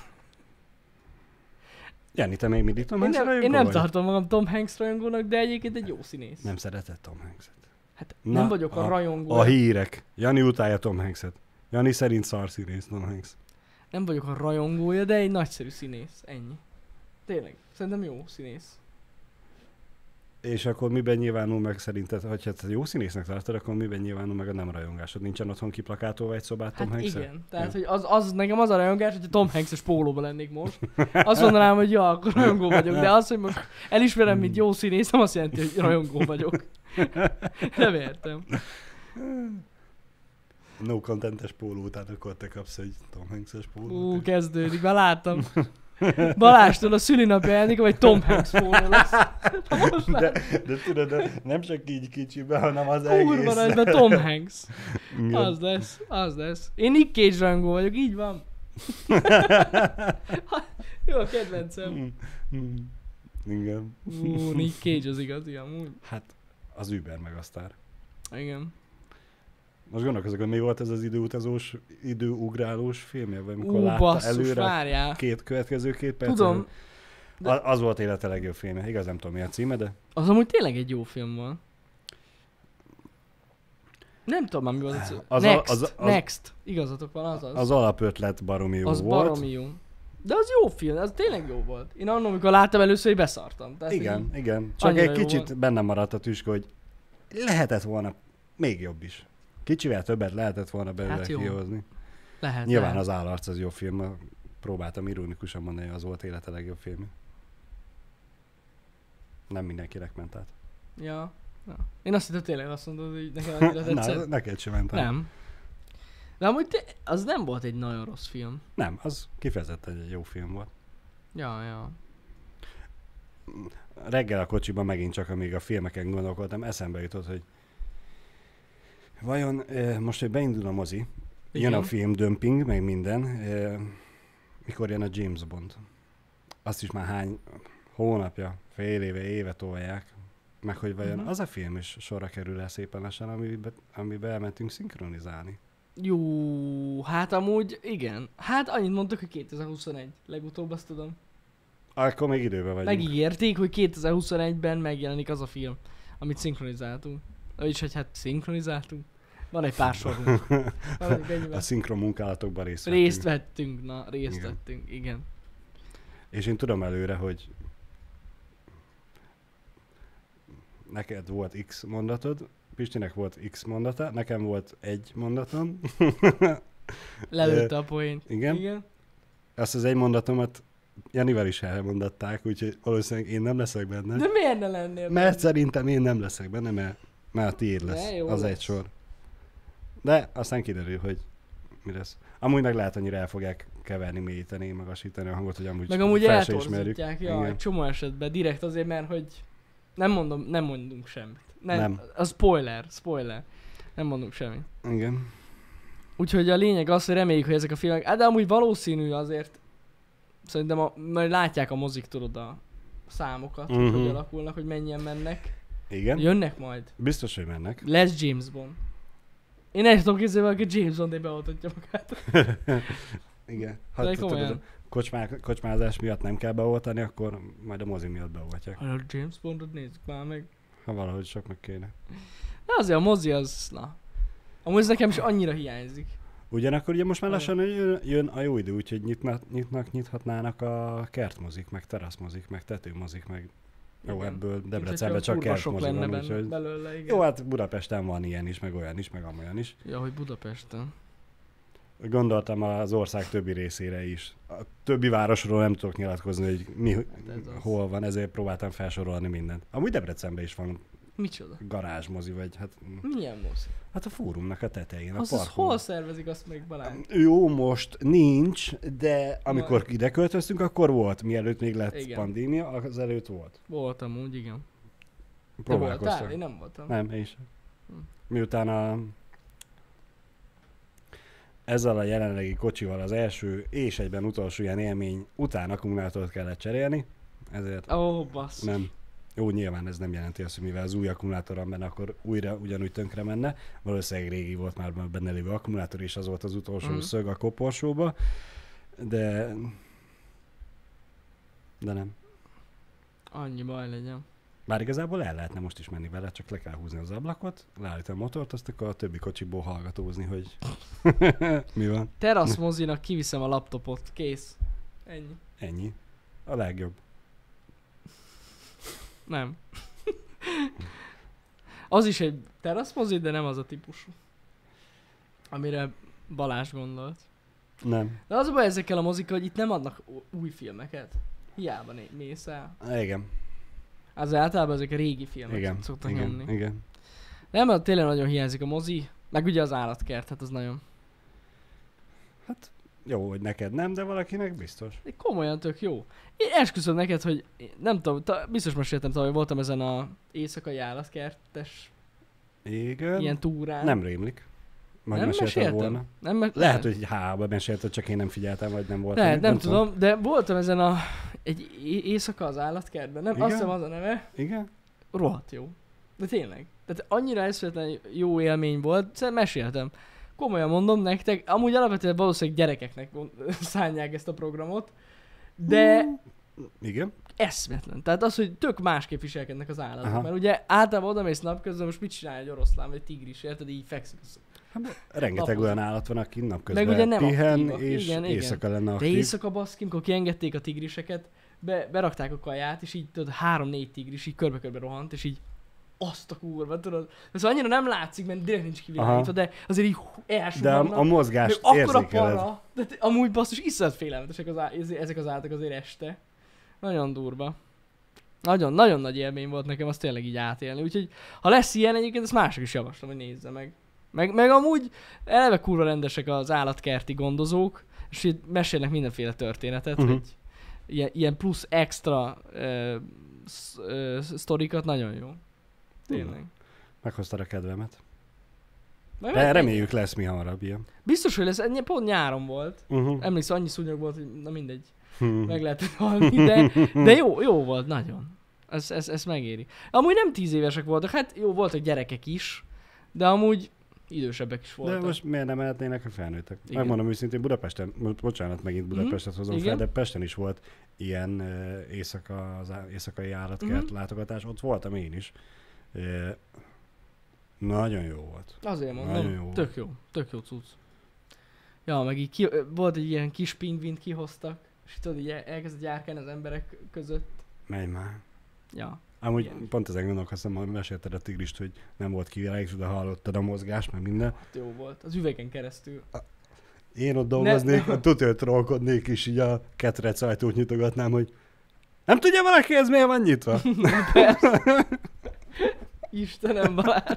[SPEAKER 1] Jani, te még mindig Tom
[SPEAKER 2] Én
[SPEAKER 1] Hanks
[SPEAKER 2] nem,
[SPEAKER 1] rajongó
[SPEAKER 2] én nem
[SPEAKER 1] vagy?
[SPEAKER 2] tartom magam Tom Hanks rajongónak, de egyébként egy jó színész.
[SPEAKER 1] Nem szeretett Tom Hanks-et.
[SPEAKER 2] Hát
[SPEAKER 1] Na,
[SPEAKER 2] nem vagyok a,
[SPEAKER 1] a-
[SPEAKER 2] rajongó.
[SPEAKER 1] A hírek. Jani utálja Tom Hanks-et. Jani szerint szar színész Tom Hanks.
[SPEAKER 2] Nem vagyok a rajongója, de egy nagyszerű színész. Ennyi. Tényleg. Szerintem jó színész.
[SPEAKER 1] És akkor miben nyilvánul meg szerinted, hogyha te jó színésznek tartod, akkor miben nyilvánul meg a nem rajongásod? Nincsen otthon kiplakátolva egy szobát Tom
[SPEAKER 2] Hát
[SPEAKER 1] Hanks-el?
[SPEAKER 2] igen. Tehát,
[SPEAKER 1] Ja.
[SPEAKER 2] hogy az, az, nekem az a rajongás, hogyha Tom Hanks-es pólóban lennék most. Azt mondanám, hogy ja, akkor rajongó vagyok. De az, hogy most elismerem, mint jó színész, nem azt jelenti, hogy rajongó vagyok. Nem értem.
[SPEAKER 1] no contentes póló után, akkor te kapsz egy Tom Hanks-es pólót.
[SPEAKER 2] Ú, kezdődik, már láttam. Balástól a szülinapja elnék, vagy Tom Hanks póló lesz.
[SPEAKER 1] De, de tudod, de nem csak így kicsibe, hanem az
[SPEAKER 2] Kurva
[SPEAKER 1] egész.
[SPEAKER 2] nagyban Tom Hanks.
[SPEAKER 1] Igen.
[SPEAKER 2] Az lesz, az lesz. Én Nick Cage rajongó vagyok, így van. Jó a kedvencem.
[SPEAKER 1] Mm, mm. Igen.
[SPEAKER 2] Ú, Nick Cage az igazi amúgy.
[SPEAKER 1] Hát az Uber meg a sztár.
[SPEAKER 2] Igen.
[SPEAKER 1] Most gondolkozok, hogy mi volt ez az időutazós, időugrálós filmje, vagy mikor
[SPEAKER 2] Ú,
[SPEAKER 1] látta
[SPEAKER 2] basszus,
[SPEAKER 1] előre
[SPEAKER 2] várjál.
[SPEAKER 1] két következő két perc.
[SPEAKER 2] Tudom.
[SPEAKER 1] De... Az volt élete legjobb filmje. Igaz, nem tudom, mi a címe, de...
[SPEAKER 2] Az amúgy tényleg egy jó film volt. Nem tudom már mi volt a cím.
[SPEAKER 1] Az a-
[SPEAKER 2] Next,
[SPEAKER 1] az a- az-
[SPEAKER 2] Next. Igazatok van, az az.
[SPEAKER 1] Az alapötlet baromi jó
[SPEAKER 2] az
[SPEAKER 1] volt.
[SPEAKER 2] baromi jó. De az jó film, az tényleg jó volt. Én annól, amikor láttam először, hogy beszartam. Tehát
[SPEAKER 1] Igen,
[SPEAKER 2] így,
[SPEAKER 1] igen. Csak
[SPEAKER 2] annyira
[SPEAKER 1] egy
[SPEAKER 2] jó
[SPEAKER 1] kicsit
[SPEAKER 2] volt.
[SPEAKER 1] bennem maradt a tüske, hogy lehetett volna még jobb is. Kicsivel többet lehetett volna belőle
[SPEAKER 2] Hát jó.
[SPEAKER 1] kihozni.
[SPEAKER 2] lehet.
[SPEAKER 1] Nyilván
[SPEAKER 2] lehet.
[SPEAKER 1] az Állarc az jó film, próbáltam ironikusan mondani, hogy az volt élete legjobb film. Nem mindenkinek ment át.
[SPEAKER 2] Ja. ja. Én azt hittem tényleg azt mondod, hogy nekem annyira
[SPEAKER 1] Na,
[SPEAKER 2] tetszett.
[SPEAKER 1] neked sem ment át.
[SPEAKER 2] Nem. De amúgy te, az nem volt egy nagyon rossz film.
[SPEAKER 1] Nem, az kifejezetten egy jó film volt.
[SPEAKER 2] Ja, ja.
[SPEAKER 1] Reggel a kocsiban megint csak, amíg a filmeken gondolkodtam, eszembe jutott, hogy vajon eh, most, hogy beindul a mozi, jön
[SPEAKER 2] Igen.
[SPEAKER 1] a film dömping, meg minden, eh, mikor jön a James Bond? Azt is már hány hónapja, fél éve, éve tolják, meg hogy vajon
[SPEAKER 2] Mhm.
[SPEAKER 1] az a film is sorra kerül el szépen lassan, amiben, amiben elmentünk szinkronizálni.
[SPEAKER 2] Jó, hát amúgy igen. Hát annyit mondtak, hogy kétezer-huszonegy. Legutóbb azt tudom.
[SPEAKER 1] Akkor még időben vagyunk.
[SPEAKER 2] Megígérték, hogy kétezer-huszonegyben megjelenik az a film, amit szinkronizáltunk. Vagyis, hogy hát szinkronizáltunk. Van egy pár sorunk. Valamelyik ennyivel.
[SPEAKER 1] A szinkron munkálatokban részt
[SPEAKER 2] Részt
[SPEAKER 1] vettünk.
[SPEAKER 2] vettünk, na, részt
[SPEAKER 1] Igen.
[SPEAKER 2] vettünk, igen.
[SPEAKER 1] És én tudom előre, hogy neked volt X mondatod, Pistinek volt X mondata, nekem volt egy mondatom.
[SPEAKER 2] Lelőtte a poént.
[SPEAKER 1] Igen.
[SPEAKER 2] Igen.
[SPEAKER 1] Azt az egy mondatomat Janivel is elmondatták, úgyhogy valószínűleg én nem leszek benne.
[SPEAKER 2] De miért ne lennél?
[SPEAKER 1] Mert szerintem én nem leszek benne, mert, mert a tiéd lesz.
[SPEAKER 2] De jó
[SPEAKER 1] Az
[SPEAKER 2] lesz.
[SPEAKER 1] egy sor. De aztán kiderül, hogy mi lesz. Amúgy meg lehet annyira el fogják keverni, mélyíteni, magasítani a hangot, hogy amúgy
[SPEAKER 2] Meg amúgy
[SPEAKER 1] fel se ismerjük.
[SPEAKER 2] eltorzítják, ja,
[SPEAKER 1] Igen.
[SPEAKER 2] egy csomó esetben, direkt azért, mert hogy nem mondom, nem mondunk semmit. Nem.
[SPEAKER 1] Nem.
[SPEAKER 2] A spoiler, spoiler. Nem mondunk semmit.
[SPEAKER 1] Igen.
[SPEAKER 2] Úgyhogy a lényeg az, hogy reméljük, hogy ezek a filmek, hát de amúgy valószínű azért, szerintem a, majd látják a mozik, tudod, a számokat, uh-huh. hogy
[SPEAKER 1] Mhm.
[SPEAKER 2] hogy alakulnak, hogy mennyien mennek.
[SPEAKER 1] Igen.
[SPEAKER 2] Jönnek majd.
[SPEAKER 1] Biztos, hogy mennek.
[SPEAKER 2] Lesz James Bond. Én el tudom képzelni, hogy James Bond beoltatja magát.
[SPEAKER 1] Igen.
[SPEAKER 2] De
[SPEAKER 1] Hát
[SPEAKER 2] komolyan.
[SPEAKER 1] tudod, kocsmá, kocsmázás miatt nem kell beoltani, akkor majd a mozi miatt beoltják.
[SPEAKER 2] A James Bondot nézzük már meg.
[SPEAKER 1] Ha valahogy sok meg kéne.
[SPEAKER 2] De azért a mozi az, na. A mozi nekem is annyira hiányzik.
[SPEAKER 1] Ugyanakkor ugye most már
[SPEAKER 2] Olyan.
[SPEAKER 1] lassan jön, jön a jó idő, úgyhogy nyitnak, nyitnak, nyithatnának a kertmozik, meg teraszmozik, meg tetőmozik, meg jó,
[SPEAKER 2] Igen.
[SPEAKER 1] ebből
[SPEAKER 2] Mint
[SPEAKER 1] Debrecenben
[SPEAKER 2] hogyha
[SPEAKER 1] csak
[SPEAKER 2] kurva sok
[SPEAKER 1] kertmozi
[SPEAKER 2] lenne
[SPEAKER 1] van,
[SPEAKER 2] benne,
[SPEAKER 1] úgyhogy...
[SPEAKER 2] belőle, igen.
[SPEAKER 1] Jó, hát Budapesten van ilyen is, meg olyan is, meg amolyan is.
[SPEAKER 2] Ja, hogy Budapesten.
[SPEAKER 1] Gondoltam az ország többi részére is. A többi városról nem tudok nyilatkozni, hogy mi,
[SPEAKER 2] ez az.
[SPEAKER 1] hol van, ezért próbáltam felsorolni mindent. Amúgy Debrecenben is van
[SPEAKER 2] Micsoda?
[SPEAKER 1] garázsmozi, vagy hát,
[SPEAKER 2] Milyen mozi?
[SPEAKER 1] hát a fórumnak a tetején, a
[SPEAKER 2] Az, az
[SPEAKER 1] parkon.
[SPEAKER 2] hol szervezik azt még Balázs?
[SPEAKER 1] Jó, most nincs, de amikor
[SPEAKER 2] Majd.
[SPEAKER 1] ide költöztünk, akkor volt. Mielőtt még lett
[SPEAKER 2] Igen.
[SPEAKER 1] pandémia, az előtt volt.
[SPEAKER 2] Voltam úgy, igen. Te
[SPEAKER 1] Próbálkoztam.
[SPEAKER 2] voltál? Én nem voltam.
[SPEAKER 1] Nem, én sem.
[SPEAKER 2] Hm.
[SPEAKER 1] Miután a... ezzel a jelenlegi kocsival az első és egyben utolsó ilyen élmény után akkumulátort kellett cserélni, ezért
[SPEAKER 2] Ó, oh, bassz.
[SPEAKER 1] nem. Jó, nyilván ez nem jelenti azt, hogy mivel az új akkumulátor van benne, akkor újra ugyanúgy tönkre menne. Valószínűleg régi volt már benne lévő akkumulátor, és az volt az utolsó
[SPEAKER 2] Mhm.
[SPEAKER 1] szög a koporsóba. De... De nem.
[SPEAKER 2] Annyi baj legyen.
[SPEAKER 1] Bár igazából el lehetne most is menni vele, csak le kell húzni az ablakot, leállítani a motort, azt akkor a többi kocsiból hallgatózni, hogy mi van.
[SPEAKER 2] Terasz mozinak kiviszem a laptopot. Kész. Ennyi.
[SPEAKER 1] Ennyi. A legjobb.
[SPEAKER 2] Nem. Az is egy terasz mozi, de nem az a típusú. Amire Balázs gondolt.
[SPEAKER 1] Nem.
[SPEAKER 2] De az a baj ezekkel a mozikkal, hogy itt nem adnak ú- új filmeket. Hiába né- mész el.
[SPEAKER 1] Igen.
[SPEAKER 2] Az általában ezek a régi filmek
[SPEAKER 1] Igen.
[SPEAKER 2] szoktak
[SPEAKER 1] Igen.
[SPEAKER 2] nyomni.
[SPEAKER 1] Igen.
[SPEAKER 2] Nem, mert tényleg nagyon hiányzik a mozi, Meg ugye az állatkert, hát az nagyon...
[SPEAKER 1] Hát jó, hogy neked nem, de valakinek biztos.
[SPEAKER 2] Komolyan tök jó. Én esküszöm neked, hogy nem tudom, ta, biztos meséltem tavaly, voltam ezen a éjszakai állatkertes
[SPEAKER 1] Igen.
[SPEAKER 2] ilyen túrán.
[SPEAKER 1] Nem rémlik. Majd
[SPEAKER 2] Nem
[SPEAKER 1] mesélted
[SPEAKER 2] meséltem?
[SPEAKER 1] volna.
[SPEAKER 2] Nem me-
[SPEAKER 1] Lehet, hogy hába mesélted, csak én nem figyeltem, vagy nem voltam.
[SPEAKER 2] Lehet, nem, nem tudom, tudom, de voltam ezen a... Egy é- éjszaka az állatkertben, nem?
[SPEAKER 1] Igen?
[SPEAKER 2] Azt hiszem az a neve.
[SPEAKER 1] Igen?
[SPEAKER 2] Rohadt jó. De tényleg. Tehát annyira eszméletlen jó élmény volt, szerintem meséltem. Komolyan mondom nektek, amúgy alapvetően valószínűleg gyerekeknek szánják ezt a programot, de
[SPEAKER 1] Igen.
[SPEAKER 2] eszméletlen. Tehát az, hogy tök másképp viselkednek az állatok.
[SPEAKER 1] Aha.
[SPEAKER 2] Mert ugye általában odamész napközben, most mit csinál egy oroszlán vagy egy tigris, érted? Így fekszik.
[SPEAKER 1] Hát, rengeteg
[SPEAKER 2] Napot.
[SPEAKER 1] olyan állat van, aki napközben
[SPEAKER 2] Meg ugye nem
[SPEAKER 1] pihen,
[SPEAKER 2] aktívak.
[SPEAKER 1] és
[SPEAKER 2] Igen, igen.
[SPEAKER 1] éjszaka lenne
[SPEAKER 2] De
[SPEAKER 1] aktív.
[SPEAKER 2] éjszaka baszki, amikor kiengedték a tigriseket, be, berakták a kaját, és így tudod, három-négy tigris így körbe-körbe rohant, és így azt a kurva, tudod. De szóval annyira nem látszik, mert direkt nincs kivilágítva, de azért így hú,
[SPEAKER 1] De
[SPEAKER 2] elsuhannak.
[SPEAKER 1] a, a mozgást
[SPEAKER 2] Akkora
[SPEAKER 1] érzékeled.
[SPEAKER 2] para, de t- amúgy basszus, iszonyat félelmetesek az á- ezek az állatok azért este. Nagyon durva. Nagyon, nagyon nagy élmény volt nekem azt tényleg így átélni, úgyhogy ha lesz ilyen egyébként, ezt mások is javaslom, hogy nézze meg. Meg, meg amúgy eleve kurva rendesek az állatkerti gondozók, és így mesélnek mindenféle történetet,
[SPEAKER 1] Uh-huh.
[SPEAKER 2] hogy ilyen, ilyen plusz extra ö, sz, ö, sztorikat, nagyon jó. Tényleg.
[SPEAKER 1] Meghoztad a kedvemet.
[SPEAKER 2] Meg-
[SPEAKER 1] De
[SPEAKER 2] meg-
[SPEAKER 1] reméljük lesz mi hamarabb ilyen.
[SPEAKER 2] Biztos, hogy lesz, ennyi- pont nyáron volt.
[SPEAKER 1] Uh-huh.
[SPEAKER 2] Emlékszem, annyi szúnyog volt, hogy na mindegy,
[SPEAKER 1] Hmm.
[SPEAKER 2] meg lehetett halni, de, de jó, jó volt, nagyon. Ez, ez, ez megéri. Amúgy nem tíz évesek voltak, hát jó, voltak gyerekek is, de amúgy idősebbek is
[SPEAKER 1] De
[SPEAKER 2] voltak.
[SPEAKER 1] most miért nem mehetnének a felnőttek?
[SPEAKER 2] Igen.
[SPEAKER 1] Megmondom őszintén, Budapesten, mo- bocsánat, megint Budapestet hozom
[SPEAKER 2] Igen.
[SPEAKER 1] fel, de Pesten is volt ilyen uh, éjszaka, az á- éjszakai állatkert
[SPEAKER 2] Mhm.
[SPEAKER 1] látogatás, ott voltam én is. Uh, nagyon jó volt.
[SPEAKER 2] Azért mondom,
[SPEAKER 1] Nagyon jó.
[SPEAKER 2] tök jó, tök jó cucc. Ja, meg így ki, volt egy ilyen kis pingvint kihoztak, és tudod, így el- elkezdett járkálni az emberek között.
[SPEAKER 1] Menj már.
[SPEAKER 2] Ja.
[SPEAKER 1] Amúgy
[SPEAKER 2] Igen.
[SPEAKER 1] pont ezen gondolkoztam, hogy mesélted a tigrist, hogy nem volt kivilágítva, de hallottad a mozgást, meg minden.
[SPEAKER 2] Hát jó volt, az üvegen keresztül.
[SPEAKER 1] Én ott dolgoznék,
[SPEAKER 2] ne.
[SPEAKER 1] tutőt trollkodnék, és így a ketrec ajtót nyitogatnám, hogy nem tudja valaki, ez miért van nyitva?
[SPEAKER 2] Persze. Istenem, Balázs.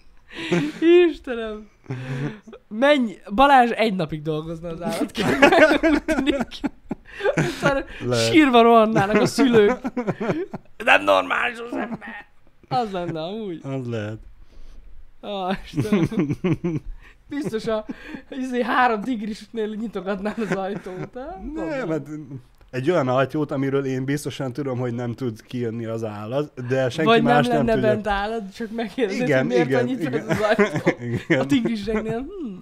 [SPEAKER 2] Istenem. Menj, Balázs egy napig dolgozna az állatkertben, úgy tűnik. Aztán
[SPEAKER 1] Lehet.
[SPEAKER 2] sírva rohannának a szülők. Nem normális az ember. Az lenne amúgy.
[SPEAKER 1] Az lehet.
[SPEAKER 2] Ah, Istenem. Biztos a izé, három tigrisnél nyitogatnál az ajtót. Ha?
[SPEAKER 1] Nem, hát egy olyan ajtót, amiről én biztosan tudom, hogy nem tud kijönni az állat, de senki
[SPEAKER 2] Vagy nem
[SPEAKER 1] más nem,
[SPEAKER 2] lenne
[SPEAKER 1] tudja.
[SPEAKER 2] bent állat, csak megkérdezed,
[SPEAKER 1] Igen,
[SPEAKER 2] hogy miért
[SPEAKER 1] igen,
[SPEAKER 2] van nyitva
[SPEAKER 1] igen.
[SPEAKER 2] ez az ajtó. A
[SPEAKER 1] Igen.
[SPEAKER 2] tigriseknél. Hmm.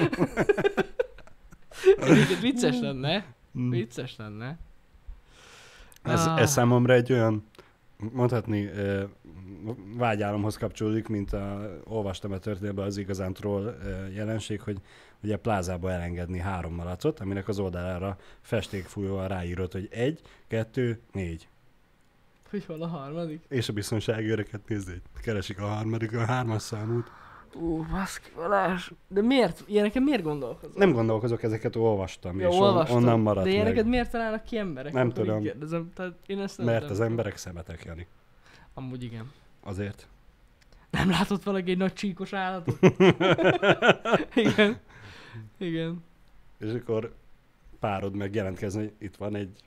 [SPEAKER 2] Egyébként vicces lenne.
[SPEAKER 1] Mm.
[SPEAKER 2] Vicces lenne.
[SPEAKER 1] Ez,
[SPEAKER 2] Ah.
[SPEAKER 1] ez számomra egy olyan, mondhatni, ö, vágyálomhoz kapcsolódik, mint a, olvastam a történetben az igazán troll ö, jelenség, hogy ugye plázába elengedni három malacot, aminek az oldalára festékfújóval ráírott, hogy egy, kettő, négy.
[SPEAKER 2] Hogy hol a harmadik?
[SPEAKER 1] És a biztonsági őreket nézzék, keresik a harmadik, a hármas számút.
[SPEAKER 2] Ú, baszki, Balázs. De miért? Ilyeneket miért gondolkozol?
[SPEAKER 1] Nem gondolkozok, ezeket olvastam,
[SPEAKER 2] Jó,
[SPEAKER 1] és on,
[SPEAKER 2] olvastam.
[SPEAKER 1] onnan maradt
[SPEAKER 2] De ilyeneket
[SPEAKER 1] meg.
[SPEAKER 2] miért találnak ki emberek?
[SPEAKER 1] Nem
[SPEAKER 2] Akkor így
[SPEAKER 1] tudom.
[SPEAKER 2] Kérdezem. Tehát én ezt nem
[SPEAKER 1] Mert
[SPEAKER 2] nem
[SPEAKER 1] az
[SPEAKER 2] tudom.
[SPEAKER 1] emberek szemetek, Jani.
[SPEAKER 2] Amúgy igen.
[SPEAKER 1] Azért.
[SPEAKER 2] Nem látott valaki egy nagy csíkos állatot? Igen. Igen.
[SPEAKER 1] És akkor párod meg jelentkezni, hogy itt van egy...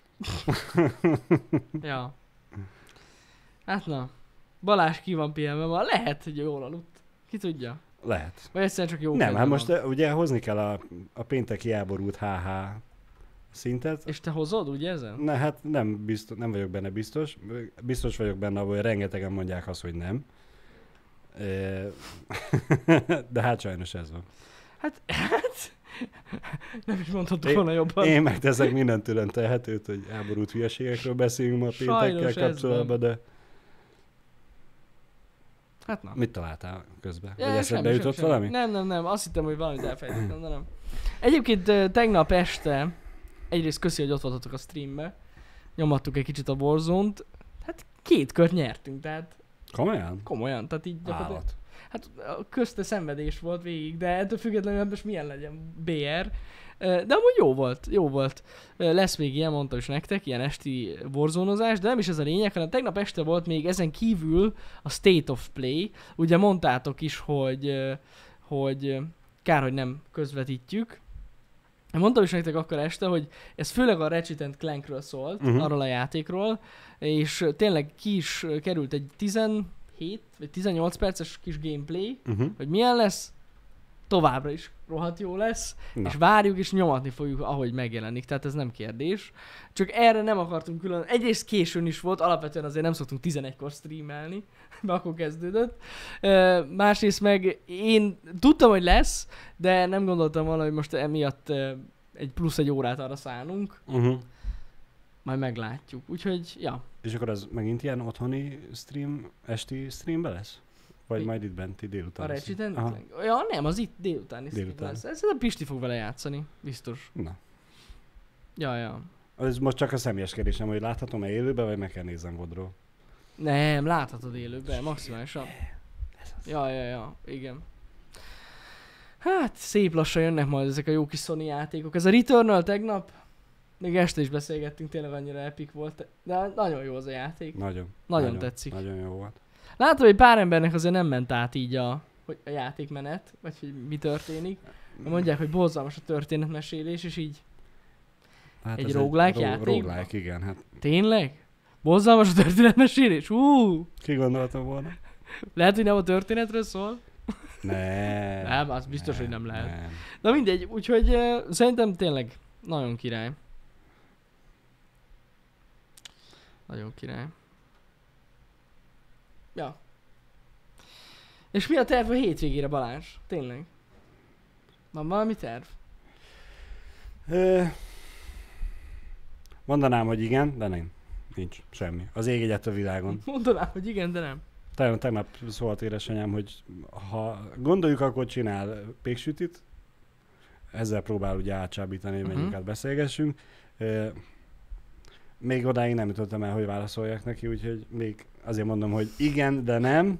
[SPEAKER 2] Ja. Hát na. Balázs ki van pihenve ma. Lehet, hogy jól aludt. Ki tudja.
[SPEAKER 1] Lehet.
[SPEAKER 2] Vagy egyszerűen csak jó
[SPEAKER 1] Nem,
[SPEAKER 2] kedve
[SPEAKER 1] hát
[SPEAKER 2] van.
[SPEAKER 1] most uh, ugye hozni kell a, a pénteki elborult há há szintet.
[SPEAKER 2] És te hozod, úgy érzem?
[SPEAKER 1] Ne, hát nem, biztos, nem vagyok benne biztos. Biztos vagyok benne, hogy rengetegen mondják azt, hogy nem. Ö, De hát sajnos ez van.
[SPEAKER 2] Hát, hát... Nem is mondhatod
[SPEAKER 1] Én-
[SPEAKER 2] volna jobban.
[SPEAKER 1] Én megteszek mindent tőlem tehetőt, hogy elborult hülyeségekről beszélünk ma
[SPEAKER 2] Sajnos
[SPEAKER 1] péntekkel
[SPEAKER 2] ez
[SPEAKER 1] kapcsolatban, de
[SPEAKER 2] Hát na.
[SPEAKER 1] mit találtál közben?
[SPEAKER 2] Ja,
[SPEAKER 1] Vagy eszedbe
[SPEAKER 2] semmi,
[SPEAKER 1] jutott
[SPEAKER 2] semmi,
[SPEAKER 1] valami?
[SPEAKER 2] semmi. Nem, nem, nem. Azt hittem, hogy valamit elfelejtettem, de nem. Egyébként ö, tegnap este, egyrészt köszi, hogy ott voltatok a streambe, nyomattuk egy kicsit a Warzone-t, hát két kört nyertünk, tehát
[SPEAKER 1] Komolyan?
[SPEAKER 2] komolyan, tehát így gyakorlatilag,
[SPEAKER 1] Állat.
[SPEAKER 2] hát a közte szenvedés volt végig, de ettől függetlenül hát most milyen legyen bé er. Ö, De amúgy jó volt, jó volt. Ö, Lesz még ilyen, mondtam is nektek, ilyen esti warzone-ozás, de nem is ez a lényeg, hanem tegnap este volt még ezen kívül a State of Play. Ugye mondtátok is, hogy, ö, hogy ö, kár, hogy nem közvetítjük. Mondtam is nektek akkor este, hogy ez főleg a Ratchet and Clankről szólt,
[SPEAKER 1] Uh-huh.
[SPEAKER 2] arról a játékról, és ö, tényleg ki is ö, került egy tizenhét vagy tizennyolc perces kis gameplay,
[SPEAKER 1] Uh-huh.
[SPEAKER 2] hogy milyen lesz, továbbra is rohadt jó lesz,
[SPEAKER 1] Na.
[SPEAKER 2] és várjuk és nyomatni fogjuk, ahogy megjelenik, tehát ez nem kérdés. Csak erre nem akartunk külön, egyrészt későn is volt, alapvetően azért nem szoktunk tizenegykor streamelni, mert akkor kezdődött. Uh, másrészt meg én tudtam, hogy lesz, de nem gondoltam volna, hogy most emiatt uh, egy plusz egy órát arra szánunk,
[SPEAKER 1] Uh-huh.
[SPEAKER 2] majd meglátjuk. Úgyhogy, ja,
[SPEAKER 1] És akkor az megint ilyen otthoni stream, esti streambe lesz? Vagy
[SPEAKER 2] Mi?
[SPEAKER 1] majd itt bent, itt délután?
[SPEAKER 2] a
[SPEAKER 1] lesz?
[SPEAKER 2] Ratchet and
[SPEAKER 1] Aha.
[SPEAKER 2] Clank. Ja, nem, az itt délutáni stream
[SPEAKER 1] Délután.
[SPEAKER 2] lesz. Ez a Pisti fog vele játszani, biztos.
[SPEAKER 1] Na.
[SPEAKER 2] Ja, ja.
[SPEAKER 1] Ez most csak a személyes kérdésem, hogy láthatom-e élőben, vagy meg kell nézzem vodról.
[SPEAKER 2] Nem, láthatod élőben, maximálisan. Ja, ja, ja, igen. Hát, szép lassan jönnek majd ezek a jó kis Sony játékok. Ez a Returnal tegnap, még este is beszélgettünk, tényleg annyira epic volt, de nagyon jó az a játék.
[SPEAKER 1] Nagyon.
[SPEAKER 2] Nagyon tetszik.
[SPEAKER 1] Nagyon jó volt.
[SPEAKER 2] Látom, hogy pár embernek azért nem ment át így a, hogy a játékmenet, vagy hogy mi történik. Mondják, hogy borzalmas a történetmesélés, és így
[SPEAKER 1] Hát
[SPEAKER 2] Egy
[SPEAKER 1] ez
[SPEAKER 2] roguelike
[SPEAKER 1] ro-
[SPEAKER 2] játékban?
[SPEAKER 1] Roguelike, igen. Hát
[SPEAKER 2] tényleg? Borzalmas a történetmesélés? Hú!
[SPEAKER 1] ki gondolta volna?
[SPEAKER 2] Lehet, hogy nem a történetről szól?
[SPEAKER 1] Nem.
[SPEAKER 2] Nem, az biztos, hogy nem lehet.
[SPEAKER 1] Nem.
[SPEAKER 2] Na mindegy, úgyhogy uh, szerintem tényleg nagyon király. Nagyon király. Ja. És mi a terv a hétvégére, Balázs? Tényleg? Van valami terv?
[SPEAKER 1] Ö, mondanám, hogy igen, de nem. Nincs semmi. Az ég egyet a világon.
[SPEAKER 2] Mondanám, hogy igen, de nem.
[SPEAKER 1] Tegnap, tegnap szólt édesanyám, hogy ha gondoljuk, akkor csinál péksütit. Ezzel próbál ugye átcsábítani, hogy menjünk
[SPEAKER 2] Mhm.
[SPEAKER 1] át beszélgessünk. Ö, még odáig nem jutottam el, hogy válaszoljak neki, úgyhogy még azért mondom, hogy igen, de nem.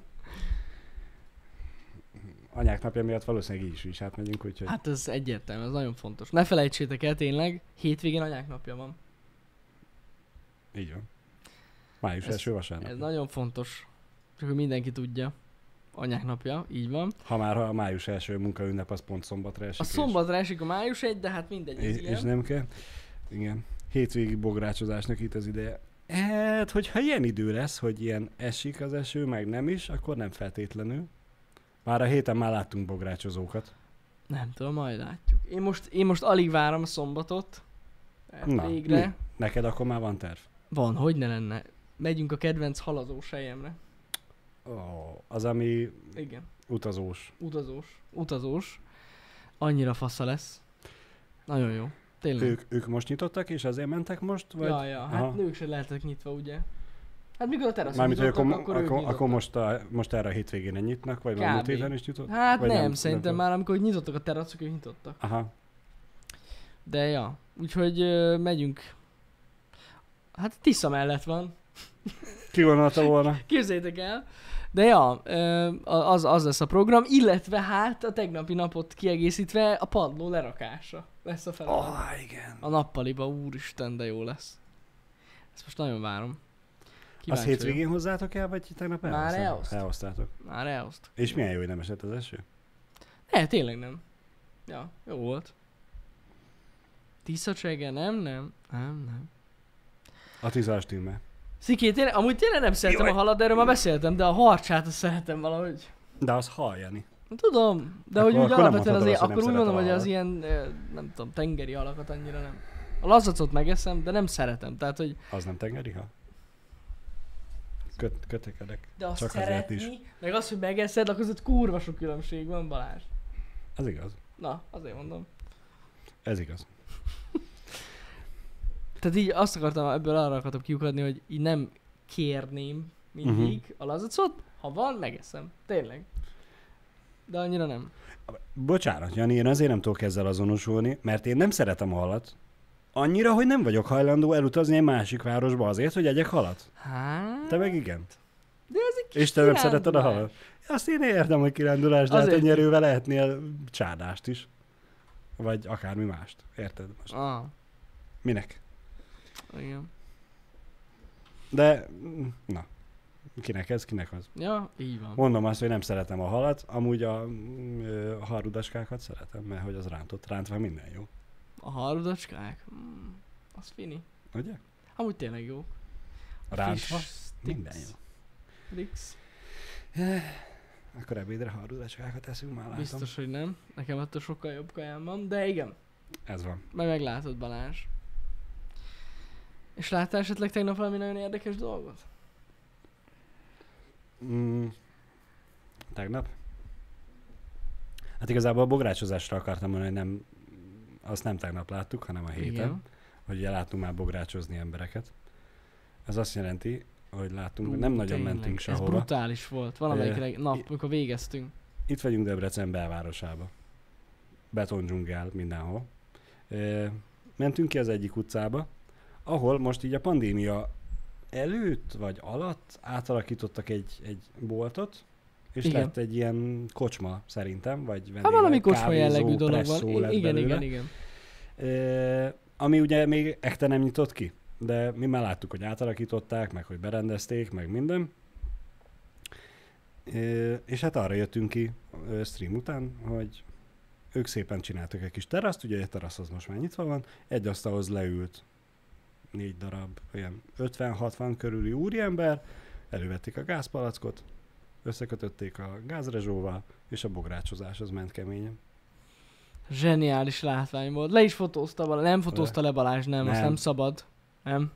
[SPEAKER 1] Anyák napja miatt valószínűleg így is, is átmegyünk, úgyhogy...
[SPEAKER 2] Hát ez egyértelmű, ez nagyon fontos. Ne felejtsétek el tényleg, hétvégén anyák napja van.
[SPEAKER 1] Így van. Május
[SPEAKER 2] Ez-
[SPEAKER 1] első vasárnap.
[SPEAKER 2] Ez nagyon fontos. Csak hogy mindenki tudja. Anyák napja, így van.
[SPEAKER 1] Ha már a május első munkaünnep, az pont szombatra esik.
[SPEAKER 2] A
[SPEAKER 1] és-
[SPEAKER 2] szombatra esik a május egy, de hát mindegy, ez
[SPEAKER 1] És,
[SPEAKER 2] ilyen.
[SPEAKER 1] és nem kell. Igen. Hétvégi bográcsozásnak itt az ideje. Hát, hogyha ilyen idő lesz, hogy ilyen esik az eső, meg nem is, akkor nem feltétlenül. Már a héten már láttunk bográcsozókat.
[SPEAKER 2] Nem tudom, majd látjuk. Én most, én most alig várom a szombatot. Hát
[SPEAKER 1] Na,
[SPEAKER 2] végre.
[SPEAKER 1] mi? Neked akkor már van terv?
[SPEAKER 2] Van, hogy ne lenne. Megyünk a kedvenc halazós helyemre.
[SPEAKER 1] Ó, az, ami
[SPEAKER 2] Igen.
[SPEAKER 1] utazós.
[SPEAKER 2] Utazós. Utazós. Annyira fasza lesz. Nagyon jó. Tényleg.
[SPEAKER 1] Ők, ők most nyitottak, és azért mentek most? Vagy?
[SPEAKER 2] Ja, ja. Hát
[SPEAKER 1] Aha.
[SPEAKER 2] nők se lehettek nyitva, ugye? Hát mikor a teraszon
[SPEAKER 1] Mármint, hogy
[SPEAKER 2] nyitottak,
[SPEAKER 1] akkor,
[SPEAKER 2] akkor,
[SPEAKER 1] akkor,
[SPEAKER 2] ők
[SPEAKER 1] akkor,
[SPEAKER 2] nyitottak.
[SPEAKER 1] akkor most, a, most erre a hétvégén nyitnak, vagy már múlt
[SPEAKER 2] Kb.
[SPEAKER 1] héten is nyitott?
[SPEAKER 2] Hát
[SPEAKER 1] vagy
[SPEAKER 2] nem, szerintem
[SPEAKER 1] nem.
[SPEAKER 2] már amikor nyitottak a teraszok, ők nyitottak.
[SPEAKER 1] Aha.
[SPEAKER 2] De ja, úgyhogy ö, megyünk. Hát Tisza mellett van.
[SPEAKER 1] Ki gondolta volna?
[SPEAKER 2] Képzeljétek el. De ja, ö, az, az lesz a program, illetve hát a tegnapi napot kiegészítve a padló lerakása lesz a feladat.
[SPEAKER 1] Oh, igen.
[SPEAKER 2] A nappaliba, úristen, de jó lesz. Ezt most nagyon várom. Kíváncsi
[SPEAKER 1] Az
[SPEAKER 2] vagyok.
[SPEAKER 1] hétvégén hozzátok el, vagy tegnap
[SPEAKER 2] Már
[SPEAKER 1] elhoztátok?
[SPEAKER 2] elhoztuk.
[SPEAKER 1] Elhoztátok.
[SPEAKER 2] Már elhoztuk.
[SPEAKER 1] És milyen jó, hogy nem esett az eső?
[SPEAKER 2] Ne, tényleg nem. Ja, jó volt. Tisza csege, nem, nem, nem, nem.
[SPEAKER 1] A tízas stimmel.
[SPEAKER 2] Sziké, tényleg, amúgy tényleg nem szeretem
[SPEAKER 1] Jaj.
[SPEAKER 2] a halat, erről már beszéltem, de a harcsát azt szeretem valahogy.
[SPEAKER 1] De az hal, Jani.
[SPEAKER 2] Tudom, de
[SPEAKER 1] Akkor-
[SPEAKER 2] hogy úgy
[SPEAKER 1] akkor nem
[SPEAKER 2] alapvetően
[SPEAKER 1] mondhatod
[SPEAKER 2] azért,
[SPEAKER 1] azt, hogy
[SPEAKER 2] akkor úgy
[SPEAKER 1] nem
[SPEAKER 2] mondom, hogy
[SPEAKER 1] szereted a
[SPEAKER 2] az ilyen, ö, nem tudom, tengeri halakat annyira nem. A lazacot megeszem, de nem szeretem, tehát hogy...
[SPEAKER 1] Az nem tengeri hal? Köt, kötekedek.
[SPEAKER 2] De azt
[SPEAKER 1] Csak azért
[SPEAKER 2] szeretni,
[SPEAKER 1] is.
[SPEAKER 2] meg az, hogy megeszed, akkor között kurva sok különbség van, Balázs.
[SPEAKER 1] Ez igaz.
[SPEAKER 2] Na, azért mondom.
[SPEAKER 1] Ez igaz.
[SPEAKER 2] Tehát így azt akartam, ebből arra akartam kiukadni, hogy így nem kérném mindig uh-huh. a lazacot, ha van, megeszem. Tényleg. De annyira nem.
[SPEAKER 1] Bocsánat, Jani, én azért nem tudok ezzel azonosulni, mert én nem szeretem a halat. Annyira, hogy nem vagyok hajlandó elutazni egy másik városba azért, hogy egyek halat.
[SPEAKER 2] Hát...
[SPEAKER 1] Te meg igen.
[SPEAKER 2] De ez egy kis
[SPEAKER 1] És te nem szereted a
[SPEAKER 2] kirándulás.
[SPEAKER 1] halat. Azt én értem, hogy kirándulás, de hát
[SPEAKER 2] Azért
[SPEAKER 1] ennyi erővel lehetnél csádást is. Vagy akármi mást. Érted most?
[SPEAKER 2] Ah,
[SPEAKER 1] Minek?
[SPEAKER 2] igen.
[SPEAKER 1] De, mm, na. Kinek ez, kinek az.
[SPEAKER 2] Ja, így van.
[SPEAKER 1] Mondom azt, hogy nem szeretem a halat, amúgy a, ö, a harudaskákat szeretem, mert hogy az rántott, rántva minden jó.
[SPEAKER 2] A harudacskák? Mm, az fini.
[SPEAKER 1] Ugye?
[SPEAKER 2] Amúgy tényleg jó.
[SPEAKER 1] A rántva?
[SPEAKER 2] Fish
[SPEAKER 1] Minden
[SPEAKER 2] sticks.
[SPEAKER 1] jó.
[SPEAKER 2] Rix.
[SPEAKER 1] Akkor ebédre harudaskákat eszünk, már látom.
[SPEAKER 2] Biztos, hogy nem. Nekem attól sokkal jobb kajám van, de igen.
[SPEAKER 1] Ez van.
[SPEAKER 2] Majd meglátod, Balázs. És láttál esetleg tegnap valami nagyon érdekes dolgot?
[SPEAKER 1] Mm, tegnap? Hát igazából a bográcsozásra akartam mondani, hogy nem, azt nem tegnap láttuk, hanem a héten.
[SPEAKER 2] Igen.
[SPEAKER 1] Hogy ugye láttunk már bográcsozni embereket. Ez azt jelenti, hogy láttunk,
[SPEAKER 2] Ú,
[SPEAKER 1] nem nagyon
[SPEAKER 2] tényleg,
[SPEAKER 1] mentünk
[SPEAKER 2] Ez
[SPEAKER 1] sehova.
[SPEAKER 2] brutális volt. Valamelyik
[SPEAKER 1] Ö,
[SPEAKER 2] reg- nap,
[SPEAKER 1] i-
[SPEAKER 2] amikor végeztünk.
[SPEAKER 1] Itt vagyunk Debrecen belvárosába. Betondzsungel mindenhol. Ö, mentünk ki az egyik utcába, ahol most így a pandémia előtt vagy alatt átalakítottak egy, egy boltot, és
[SPEAKER 2] Igen.
[SPEAKER 1] lett egy ilyen kocsma szerintem, vagy vendég,
[SPEAKER 2] Hát valami kocsma
[SPEAKER 1] kávézó,
[SPEAKER 2] jellegű dolog
[SPEAKER 1] presszó
[SPEAKER 2] van.
[SPEAKER 1] lett
[SPEAKER 2] I- igen,
[SPEAKER 1] belőle.
[SPEAKER 2] igen, igen.
[SPEAKER 1] Ö, ami ugye még ekte nem nyitott ki, de mi már láttuk, hogy átalakították, meg hogy berendezték, meg minden. Ö, és hát arra jöttünk ki ö, stream után, hogy ők szépen csináltak egy kis teraszt, ugye egy terasz az most már nyitva van, egy asztalhoz leült négy darab, olyan ötven-hatvan körüli úriember, elővették a gázpalackot, összekötötték a gázrezsóval, és a bográcsozás az ment keményen.
[SPEAKER 2] Zseniális látvány volt. Le is fotózta Balázs. Nem fotózta le Balázs, nem, nem. Azt
[SPEAKER 1] Nem.
[SPEAKER 2] nem szabad. Nem.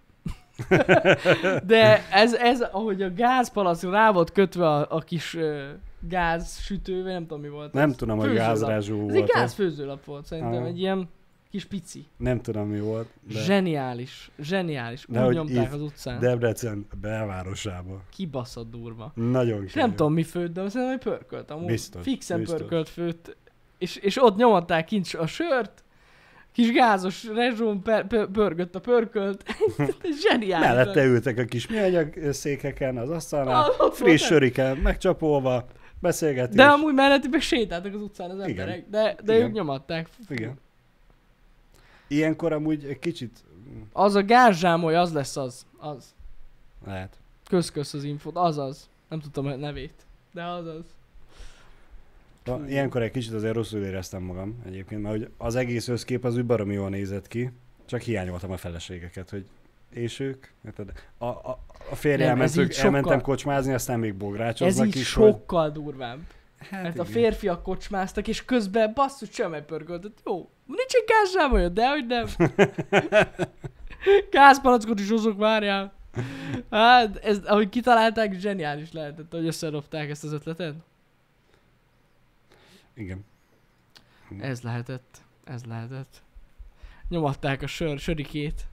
[SPEAKER 2] De ez, ez, ahogy a gázpalack rá volt kötve a, a kis uh, gázsütővel, nem tudom mi volt.
[SPEAKER 1] Nem
[SPEAKER 2] ez.
[SPEAKER 1] tudom, hogy
[SPEAKER 2] Főzőlap.
[SPEAKER 1] gázrezsó
[SPEAKER 2] Ez egy
[SPEAKER 1] volt.
[SPEAKER 2] gázfőzőlap volt szerintem,
[SPEAKER 1] Ah.
[SPEAKER 2] egy ilyen kis pici.
[SPEAKER 1] Nem tudom, mi volt. De
[SPEAKER 2] Zseniális, zseniális.
[SPEAKER 1] De
[SPEAKER 2] Úgy
[SPEAKER 1] hogy
[SPEAKER 2] nyomták
[SPEAKER 1] itt
[SPEAKER 2] az utcán.
[SPEAKER 1] Debrecen belvárosába.
[SPEAKER 2] Kibaszott durva.
[SPEAKER 1] Nagyon
[SPEAKER 2] És nem
[SPEAKER 1] kemény.
[SPEAKER 2] tudom mi főtt, de azt hiszem, hogy pörkölt amúgy.
[SPEAKER 1] Biztos,
[SPEAKER 2] Fixen
[SPEAKER 1] biztos.
[SPEAKER 2] pörkölt főtt. És, és ott nyomatták kint a sört, kis gázos rezsón per, per, pörgött a pörkölt. Zseniális.
[SPEAKER 1] Mellette ültek a kis műanyag székeken az asztalnál,
[SPEAKER 2] Ah, ott
[SPEAKER 1] friss
[SPEAKER 2] volt.
[SPEAKER 1] sörikkel megcsapolva, beszélgetés.
[SPEAKER 2] De amúgy mellettük meg sétáltak az utcán az
[SPEAKER 1] Igen.
[SPEAKER 2] emberek. De, de
[SPEAKER 1] Igen.
[SPEAKER 2] ők nyomatták.
[SPEAKER 1] Igen. Ilyenkor amúgy egy kicsit
[SPEAKER 2] Az a gázsámoly, az lesz az. Az.
[SPEAKER 1] lehet.
[SPEAKER 2] Kösz-kösz az infót. Az az. Nem tudtam a nevét. De az az.
[SPEAKER 1] Ha, ilyenkor egy kicsit azért rosszul éreztem magam egyébként, mert hogy az egész összkép az úgy baromi jól nézett ki, csak hiányoltam a feleségeket, hogy és ők, érted? A, a, a férje
[SPEAKER 2] Nem, ez
[SPEAKER 1] elment,
[SPEAKER 2] így
[SPEAKER 1] elmentem
[SPEAKER 2] sokkal-
[SPEAKER 1] kocsmázni, aztán még
[SPEAKER 2] Ez
[SPEAKER 1] bográcsoznak
[SPEAKER 2] így
[SPEAKER 1] is. hogy-
[SPEAKER 2] sokkal durvább.
[SPEAKER 1] Hát
[SPEAKER 2] Mert a
[SPEAKER 1] igen.
[SPEAKER 2] férfiak kocsmáztak, és közben basszus semmi pörköltött. Jó, nincs egy gázsámolyod, de hogy nem. Gázpalackot is hozok, várjál. Hát, ez, ahogy kitalálták, zseniális lehetett, hogy összeropták ezt az ötletet.
[SPEAKER 1] Igen.
[SPEAKER 2] Ez lehetett, ez lehetett. Nyomatták a sör, sörikét.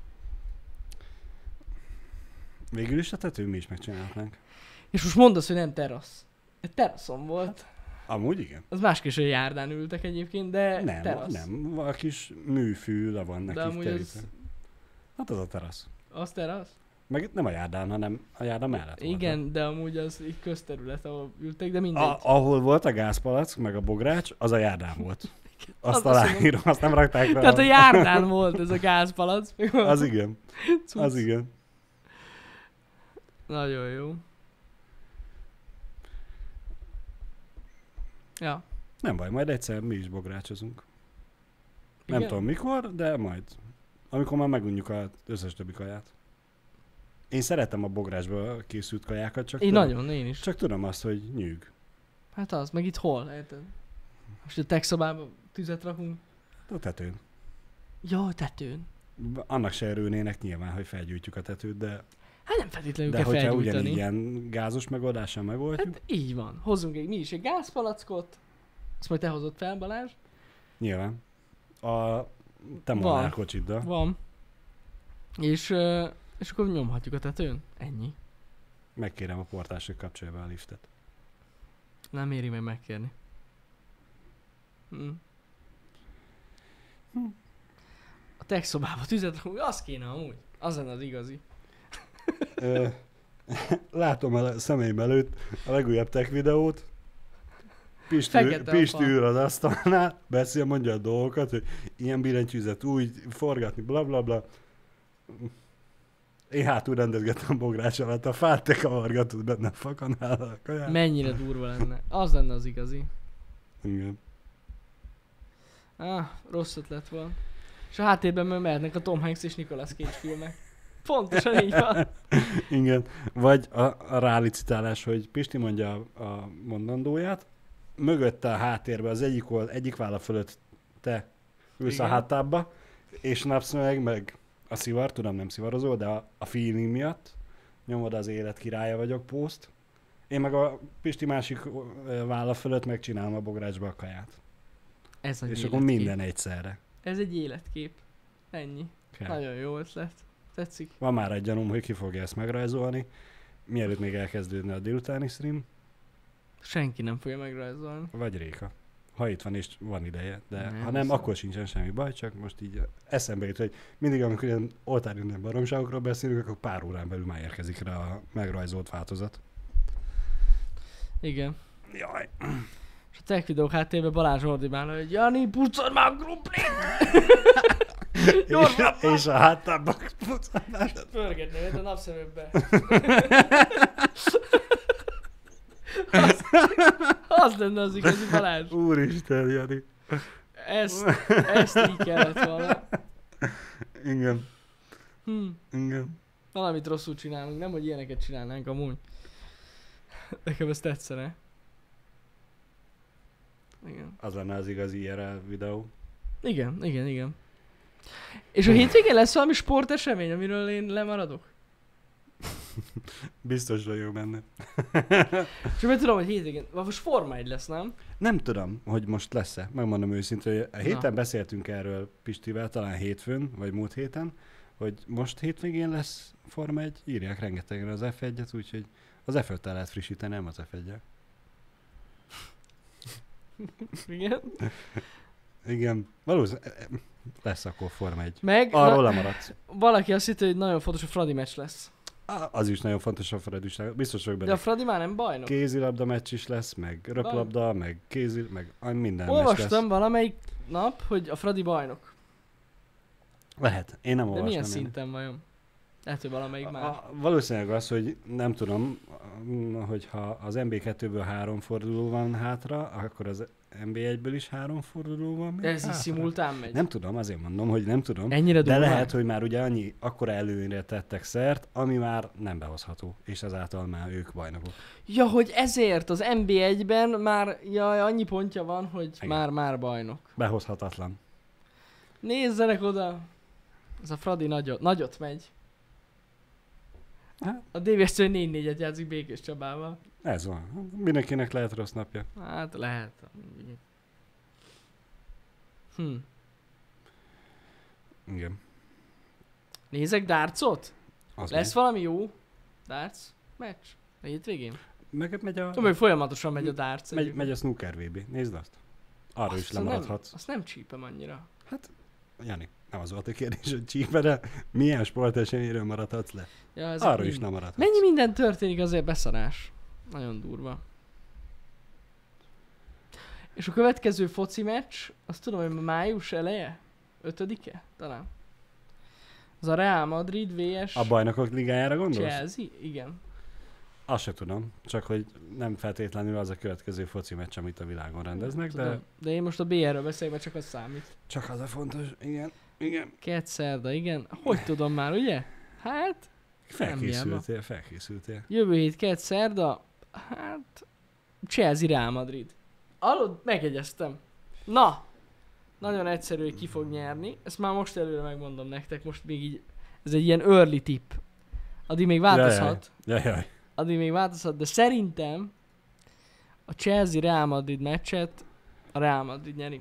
[SPEAKER 1] Végül is a tető mi is megcsinálhatnánk.
[SPEAKER 2] És most mondd azt, hogy nem terasz. Egy teraszon volt.
[SPEAKER 1] Amúgy igen.
[SPEAKER 2] Az másképp, hogy járdán ültek egyébként, de
[SPEAKER 1] Nem,
[SPEAKER 2] terasz.
[SPEAKER 1] nem, a kis műfű le van neki
[SPEAKER 2] De amúgy
[SPEAKER 1] terítve.
[SPEAKER 2] az,
[SPEAKER 1] Hát az a terasz.
[SPEAKER 2] az terasz?
[SPEAKER 1] Meg nem a járdán, hanem a járda mellett volt.
[SPEAKER 2] Igen, de amúgy az így közterület, ahol ültek, de mindegy.
[SPEAKER 1] A, ahol volt a gázpalack, meg a bogrács, az a járdán volt. Azt
[SPEAKER 2] Az- azt
[SPEAKER 1] aláírom, azt nem rakták rá.
[SPEAKER 2] Tehát a járdán volt ez a gázpalac.
[SPEAKER 1] Az igen,
[SPEAKER 2] Cucc.
[SPEAKER 1] az igen.
[SPEAKER 2] Nagyon jó. Ja.
[SPEAKER 1] Nem baj, majd egyszer mi is bográcsozunk. Nem
[SPEAKER 2] Igen?
[SPEAKER 1] tudom mikor, de majd. Amikor már megunjuk az összes többi kaját. Én szeretem a bográsba készült kajákat, csak,
[SPEAKER 2] Én
[SPEAKER 1] tudom,
[SPEAKER 2] nagyon, én is.
[SPEAKER 1] csak tudom azt, hogy nyűg.
[SPEAKER 2] Hát az, meg itt hol, érted? Most a tech szobába tüzet rakunk.
[SPEAKER 1] A tetőn.
[SPEAKER 2] Jó, tetőn.
[SPEAKER 1] Annak se örülnének nyilván, hogy felgyújtjuk a tetőt, de,
[SPEAKER 2] Hát nem feltétlenül
[SPEAKER 1] de
[SPEAKER 2] kell
[SPEAKER 1] hogyha
[SPEAKER 2] felgyújtani.
[SPEAKER 1] ugyanígy ilyen gázos megoldással megoldjuk,
[SPEAKER 2] Hát így van. Hozzunk egy, mi is egy gázpalackot. Azt majd te hozott fel, Balázs.
[SPEAKER 1] nyilván. A te
[SPEAKER 2] Van.
[SPEAKER 1] molnár kocsiddal.
[SPEAKER 2] Van. És, ö, és akkor nyomhatjuk a tetőn. Ennyi.
[SPEAKER 1] Megkérem a portást, hogy kapcsolja be a liftet.
[SPEAKER 2] Nem éri meg megkérni. Hm.
[SPEAKER 1] Hm.
[SPEAKER 2] A tech szobába tüzet rakunk, az kéne amúgy. Az lenne az igazi.
[SPEAKER 1] Ö, Látom a szemeim előtt a legújabb tech videót. Pisti,
[SPEAKER 2] Fekete a
[SPEAKER 1] Pisti
[SPEAKER 2] fal.
[SPEAKER 1] ül az asztalnál, beszél, mondja a dolgokat, hogy ilyen billentyűzet úgy forgatni, bla bla bla. Én hátul rendezgettem bográs alatt, a fát te kavargatod benne a fakanál a kaját.
[SPEAKER 2] Mennyire durva lenne. Az lenne az igazi.
[SPEAKER 1] Igen.
[SPEAKER 2] Ah, rossz ötlet van. És a háttérben már mehetnek a Tom Hanks és Nicolas Cage filmek. Pontosan így van.
[SPEAKER 1] Igen. Vagy a, a rálicitálás, hogy Pisti mondja a, a mondandóját, mögötte a háttérbe az egyik, old, egyik válla fölött te ülsz a
[SPEAKER 2] Igen.
[SPEAKER 1] hátába, és napszemeg meg a szivar, tudom nem szivarozó, de a, a feeling miatt nyomod az élet királya vagyok pószt. Én meg a Pisti másik ö, válla fölött megcsinálom a bográcsba a kaját.
[SPEAKER 2] Ez egy
[SPEAKER 1] És
[SPEAKER 2] életkép.
[SPEAKER 1] akkor minden egyszerre.
[SPEAKER 2] Ez egy életkép. Ennyi.
[SPEAKER 1] Kell.
[SPEAKER 2] Nagyon jó ötlet. Tetszik.
[SPEAKER 1] Van már egy gyanúm, hogy ki fogja ezt megrajzolni, mielőtt még elkezdődne a délutáni stream,
[SPEAKER 2] Senki nem fogja megrajzolni.
[SPEAKER 1] vagy Réka. Ha itt van és van ideje, de
[SPEAKER 2] Nem,
[SPEAKER 1] nem, ha nem,
[SPEAKER 2] viszont.
[SPEAKER 1] akkor sincsen semmi baj, csak most így eszembe jut, hogy mindig, amikor ilyen oltári baromságokról beszélünk, akkor pár órán belül már érkezik rá a megrajzolt változat.
[SPEAKER 2] Igen.
[SPEAKER 1] Jaj.
[SPEAKER 2] És a tech videók háttérben Balázs ordibál, hogy Jani, pucolj már a krumplit! Gyorsan!
[SPEAKER 1] és, és a hátában pucolás.
[SPEAKER 2] Pörgetni őt a napszemünkbe. az, az lenne az igazi Balázs.
[SPEAKER 1] Úristen, Jani.
[SPEAKER 2] Ezt, ezt így kellett volna.
[SPEAKER 1] Igen,
[SPEAKER 2] Hm.
[SPEAKER 1] igen.
[SPEAKER 2] Valamit rosszul csinálunk, nem hogy ilyeneket csinálnánk amúgy. Nekem ez tetszene. Igen.
[SPEAKER 1] Az lenne az igazi i er el videó.
[SPEAKER 2] Igen, igen, igen. És a hétvégén lesz valami sportesemény, amiről én lemaradok?
[SPEAKER 1] Biztos vagyok benne.
[SPEAKER 2] Csak mert tudom, hogy hétvégén, most Forma egy lesz, nem?
[SPEAKER 1] Nem tudom, hogy most lesz-e. Megmondom őszintén, hogy a héten
[SPEAKER 2] Na.
[SPEAKER 1] beszéltünk erről Pistivel, talán hétfőn, vagy múlt héten, hogy most hétvégén lesz Forma egy, írják rengetegen az ef egyet, úgyhogy az ef öttel lehet frissíteni, nem az ef egyel.
[SPEAKER 2] Igen.
[SPEAKER 1] Igen, valószínűleg lesz akkor Forma egy.
[SPEAKER 2] Meg
[SPEAKER 1] Arról
[SPEAKER 2] na,
[SPEAKER 1] lemaradsz.
[SPEAKER 2] valaki azt hitte, hogy nagyon fontos, a Fradi meccs lesz.
[SPEAKER 1] Á, Az is nagyon fontos a Fredisnek. Biztos vagyok
[SPEAKER 2] De
[SPEAKER 1] benne.
[SPEAKER 2] a Fradi már nem bajnok.
[SPEAKER 1] Kézilabda meccs is lesz, meg röplabda, meg kézi, meg minden meccs
[SPEAKER 2] Olvastam
[SPEAKER 1] lesz.
[SPEAKER 2] valamelyik nap, hogy a Fradi bajnok.
[SPEAKER 1] Lehet, én nem
[SPEAKER 2] De
[SPEAKER 1] olvastam.
[SPEAKER 2] milyen
[SPEAKER 1] én.
[SPEAKER 2] szinten vajon? Lehet, hogy valamelyik
[SPEAKER 1] A,
[SPEAKER 2] már.
[SPEAKER 1] a, valószínűleg az, hogy nem tudom, hogyha az en bé kettőből három forduló van hátra, akkor az en bé egyből is három forduló van még
[SPEAKER 2] De ez is
[SPEAKER 1] hátra.
[SPEAKER 2] szimultán megy.
[SPEAKER 1] Nem tudom, azért mondom, hogy nem tudom.
[SPEAKER 2] Ennyire
[SPEAKER 1] De
[SPEAKER 2] durván?
[SPEAKER 1] lehet, hogy már ugye annyi, akkora előnyre tettek szert, ami már nem behozható, és ezáltal már ők bajnokok.
[SPEAKER 2] Ja, hogy ezért az en bé egyben már jaj, annyi pontja van, hogy
[SPEAKER 1] Igen.
[SPEAKER 2] már már bajnok.
[SPEAKER 1] Behozhatatlan.
[SPEAKER 2] Nézzenek oda! Ez a Fradi nagyot, nagyot megy.
[SPEAKER 1] Hát.
[SPEAKER 2] A dé vé es négy négyet játszik Békés Csabával.
[SPEAKER 1] Ez van. Mindenkinek lehet rossz napja.
[SPEAKER 2] Hát lehet. Hm.
[SPEAKER 1] Igen.
[SPEAKER 2] Nézek dartsot?
[SPEAKER 1] Az
[SPEAKER 2] Lesz
[SPEAKER 1] megy.
[SPEAKER 2] valami jó darts meccs? A hétvégén?
[SPEAKER 1] Meg megy a,
[SPEAKER 2] Tudom, hogy folyamatosan megy a darts.
[SPEAKER 1] megy,
[SPEAKER 2] egyébként.
[SPEAKER 1] megy a snooker vé bé. Nézd azt. Arra is
[SPEAKER 2] Azt nem,
[SPEAKER 1] lemaradhatsz.
[SPEAKER 2] azt nem csípem annyira.
[SPEAKER 1] Hát, Jani, nem az volt a kérdés, hogy csíkbe, de milyen sporteseményről maradhatsz le?
[SPEAKER 2] Ja, ezek
[SPEAKER 1] Arra
[SPEAKER 2] mind-
[SPEAKER 1] is nem maradhatsz.
[SPEAKER 2] Mennyi minden történik, azért beszarás. Nagyon durva. És a következő foci meccs, azt tudom, hogy május eleje? Ötödike? Talán. Az a Real Madrid vé es
[SPEAKER 1] A bajnokok ligájára gondolsz?
[SPEAKER 2] Chelsea? Igen.
[SPEAKER 1] Azt se tudom, csak hogy nem feltétlenül az a következő foci meccs, amit a világon rendeznek, de
[SPEAKER 2] Tudom. De én most a bé er-ről beszélek, mert csak az számít.
[SPEAKER 1] csak az a fontos, igen, igen.
[SPEAKER 2] Kett szerda, igen. Hogy tudom már, ugye? Hát,
[SPEAKER 1] Felkészültél, felkészültél.
[SPEAKER 2] jövő hét kett szerda, hát, Chelsea Real Madrid. Hallod? Megjegyeztem. Na! Nagyon egyszerű, hogy ki fog nyerni. Ezt már most előre megmondom nektek, most még így, ez egy ilyen early tip. Addig még változhat.
[SPEAKER 1] Jaj, jaj.
[SPEAKER 2] Addig még változhat, de szerintem a Chelsea Real Madrid meccset a Real Madrid nyeri.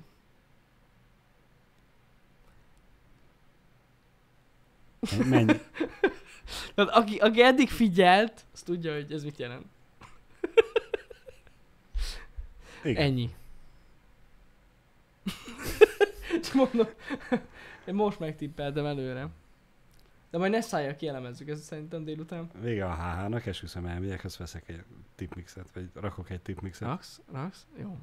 [SPEAKER 1] Menj.
[SPEAKER 2] Tehát aki, aki eddig figyelt, az tudja, hogy ez mit jelent.
[SPEAKER 1] Igen.
[SPEAKER 2] Ennyi. Csak mondom, én most megtippeltem előre. De majd ne szálljak, kielemezzük ezt szerintem délután.
[SPEAKER 1] Vége a há há-nak, esküszöm elmegyek, azt veszek egy tipmixet, vagy rakok egy tipmixet.
[SPEAKER 2] Raksz? Raksz? Jó.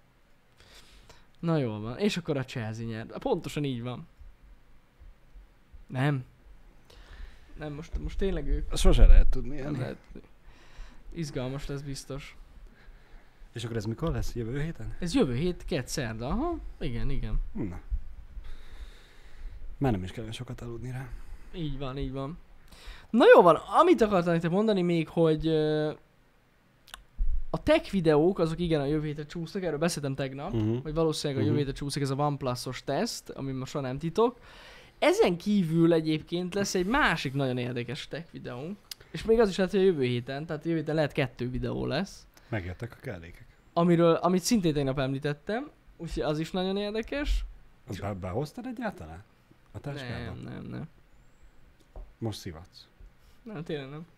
[SPEAKER 2] Na jól van. És akkor a Chelsea nyer. Pontosan így van. Nem. Nem, most, most tényleg ők.
[SPEAKER 1] Sose lehet tudni.
[SPEAKER 2] Nem
[SPEAKER 1] Nem
[SPEAKER 2] lehet. Izgalmas lesz biztos.
[SPEAKER 1] És akkor ez mikor lesz? Jövő héten?
[SPEAKER 2] Ez jövő hét, kett szerda. Aha, igen, igen.
[SPEAKER 1] Na. Már nem is kellene sokat aludni rá.
[SPEAKER 2] Így van, így van. Na jó van, amit akartam nektek mondani még, hogy ö, a tech videók, azok igen a jövő hétre csúsznak, erről beszéltem tegnap,
[SPEAKER 1] Uh-huh.
[SPEAKER 2] hogy valószínűleg a jövő
[SPEAKER 1] Mhm.
[SPEAKER 2] hétre csúszik ez a OnePlus-os teszt, ami most soha nem titok. Ezen kívül egyébként lesz egy másik nagyon érdekes tech videónk, és még az is lehet, hogy a jövő héten, tehát jövő héten lehet kettő videó lesz,
[SPEAKER 1] Megjöttek a kellékek.
[SPEAKER 2] amiről, amit szintén tegnap említettem, úgyhogy az is nagyon érdekes.
[SPEAKER 1] Az be, behoztad egyáltalán? A táskába?
[SPEAKER 2] Nem, nem, nem.
[SPEAKER 1] Most szivatsz.
[SPEAKER 2] Nem, tényleg nem.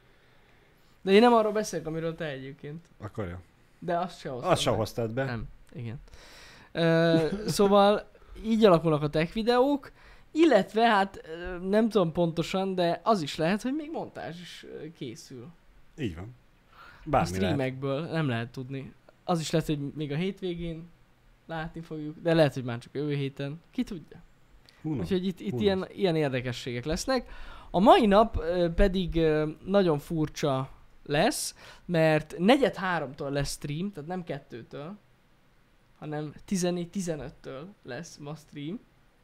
[SPEAKER 2] De én nem arról beszélek, amiről te egyébként.
[SPEAKER 1] Akkor jó.
[SPEAKER 2] De azt se hoztam
[SPEAKER 1] Azt sem
[SPEAKER 2] meg.
[SPEAKER 1] hoztad be.
[SPEAKER 2] Nem, igen. Ö, szóval így alakulnak a tech videók, illetve hát ö, nem tudom pontosan, de az is lehet, hogy még montázs is ö, készül.
[SPEAKER 1] Így van.
[SPEAKER 2] A
[SPEAKER 1] Bármi lehet.
[SPEAKER 2] streamekből nem lehet tudni. Az is lehet, hogy még a hétvégén látni fogjuk, de lehet, hogy már csak jövő héten. Ki tudja.
[SPEAKER 1] Hú, no.
[SPEAKER 2] Úgyhogy itt, itt
[SPEAKER 1] Hú,
[SPEAKER 2] ilyen, ilyen érdekességek lesznek. A mai nap ö, pedig ö, nagyon furcsa lesz, mert negyed háromtól lesz stream, tehát nem kettőtől, hanem tizennégy tizenöttől lesz ma stream.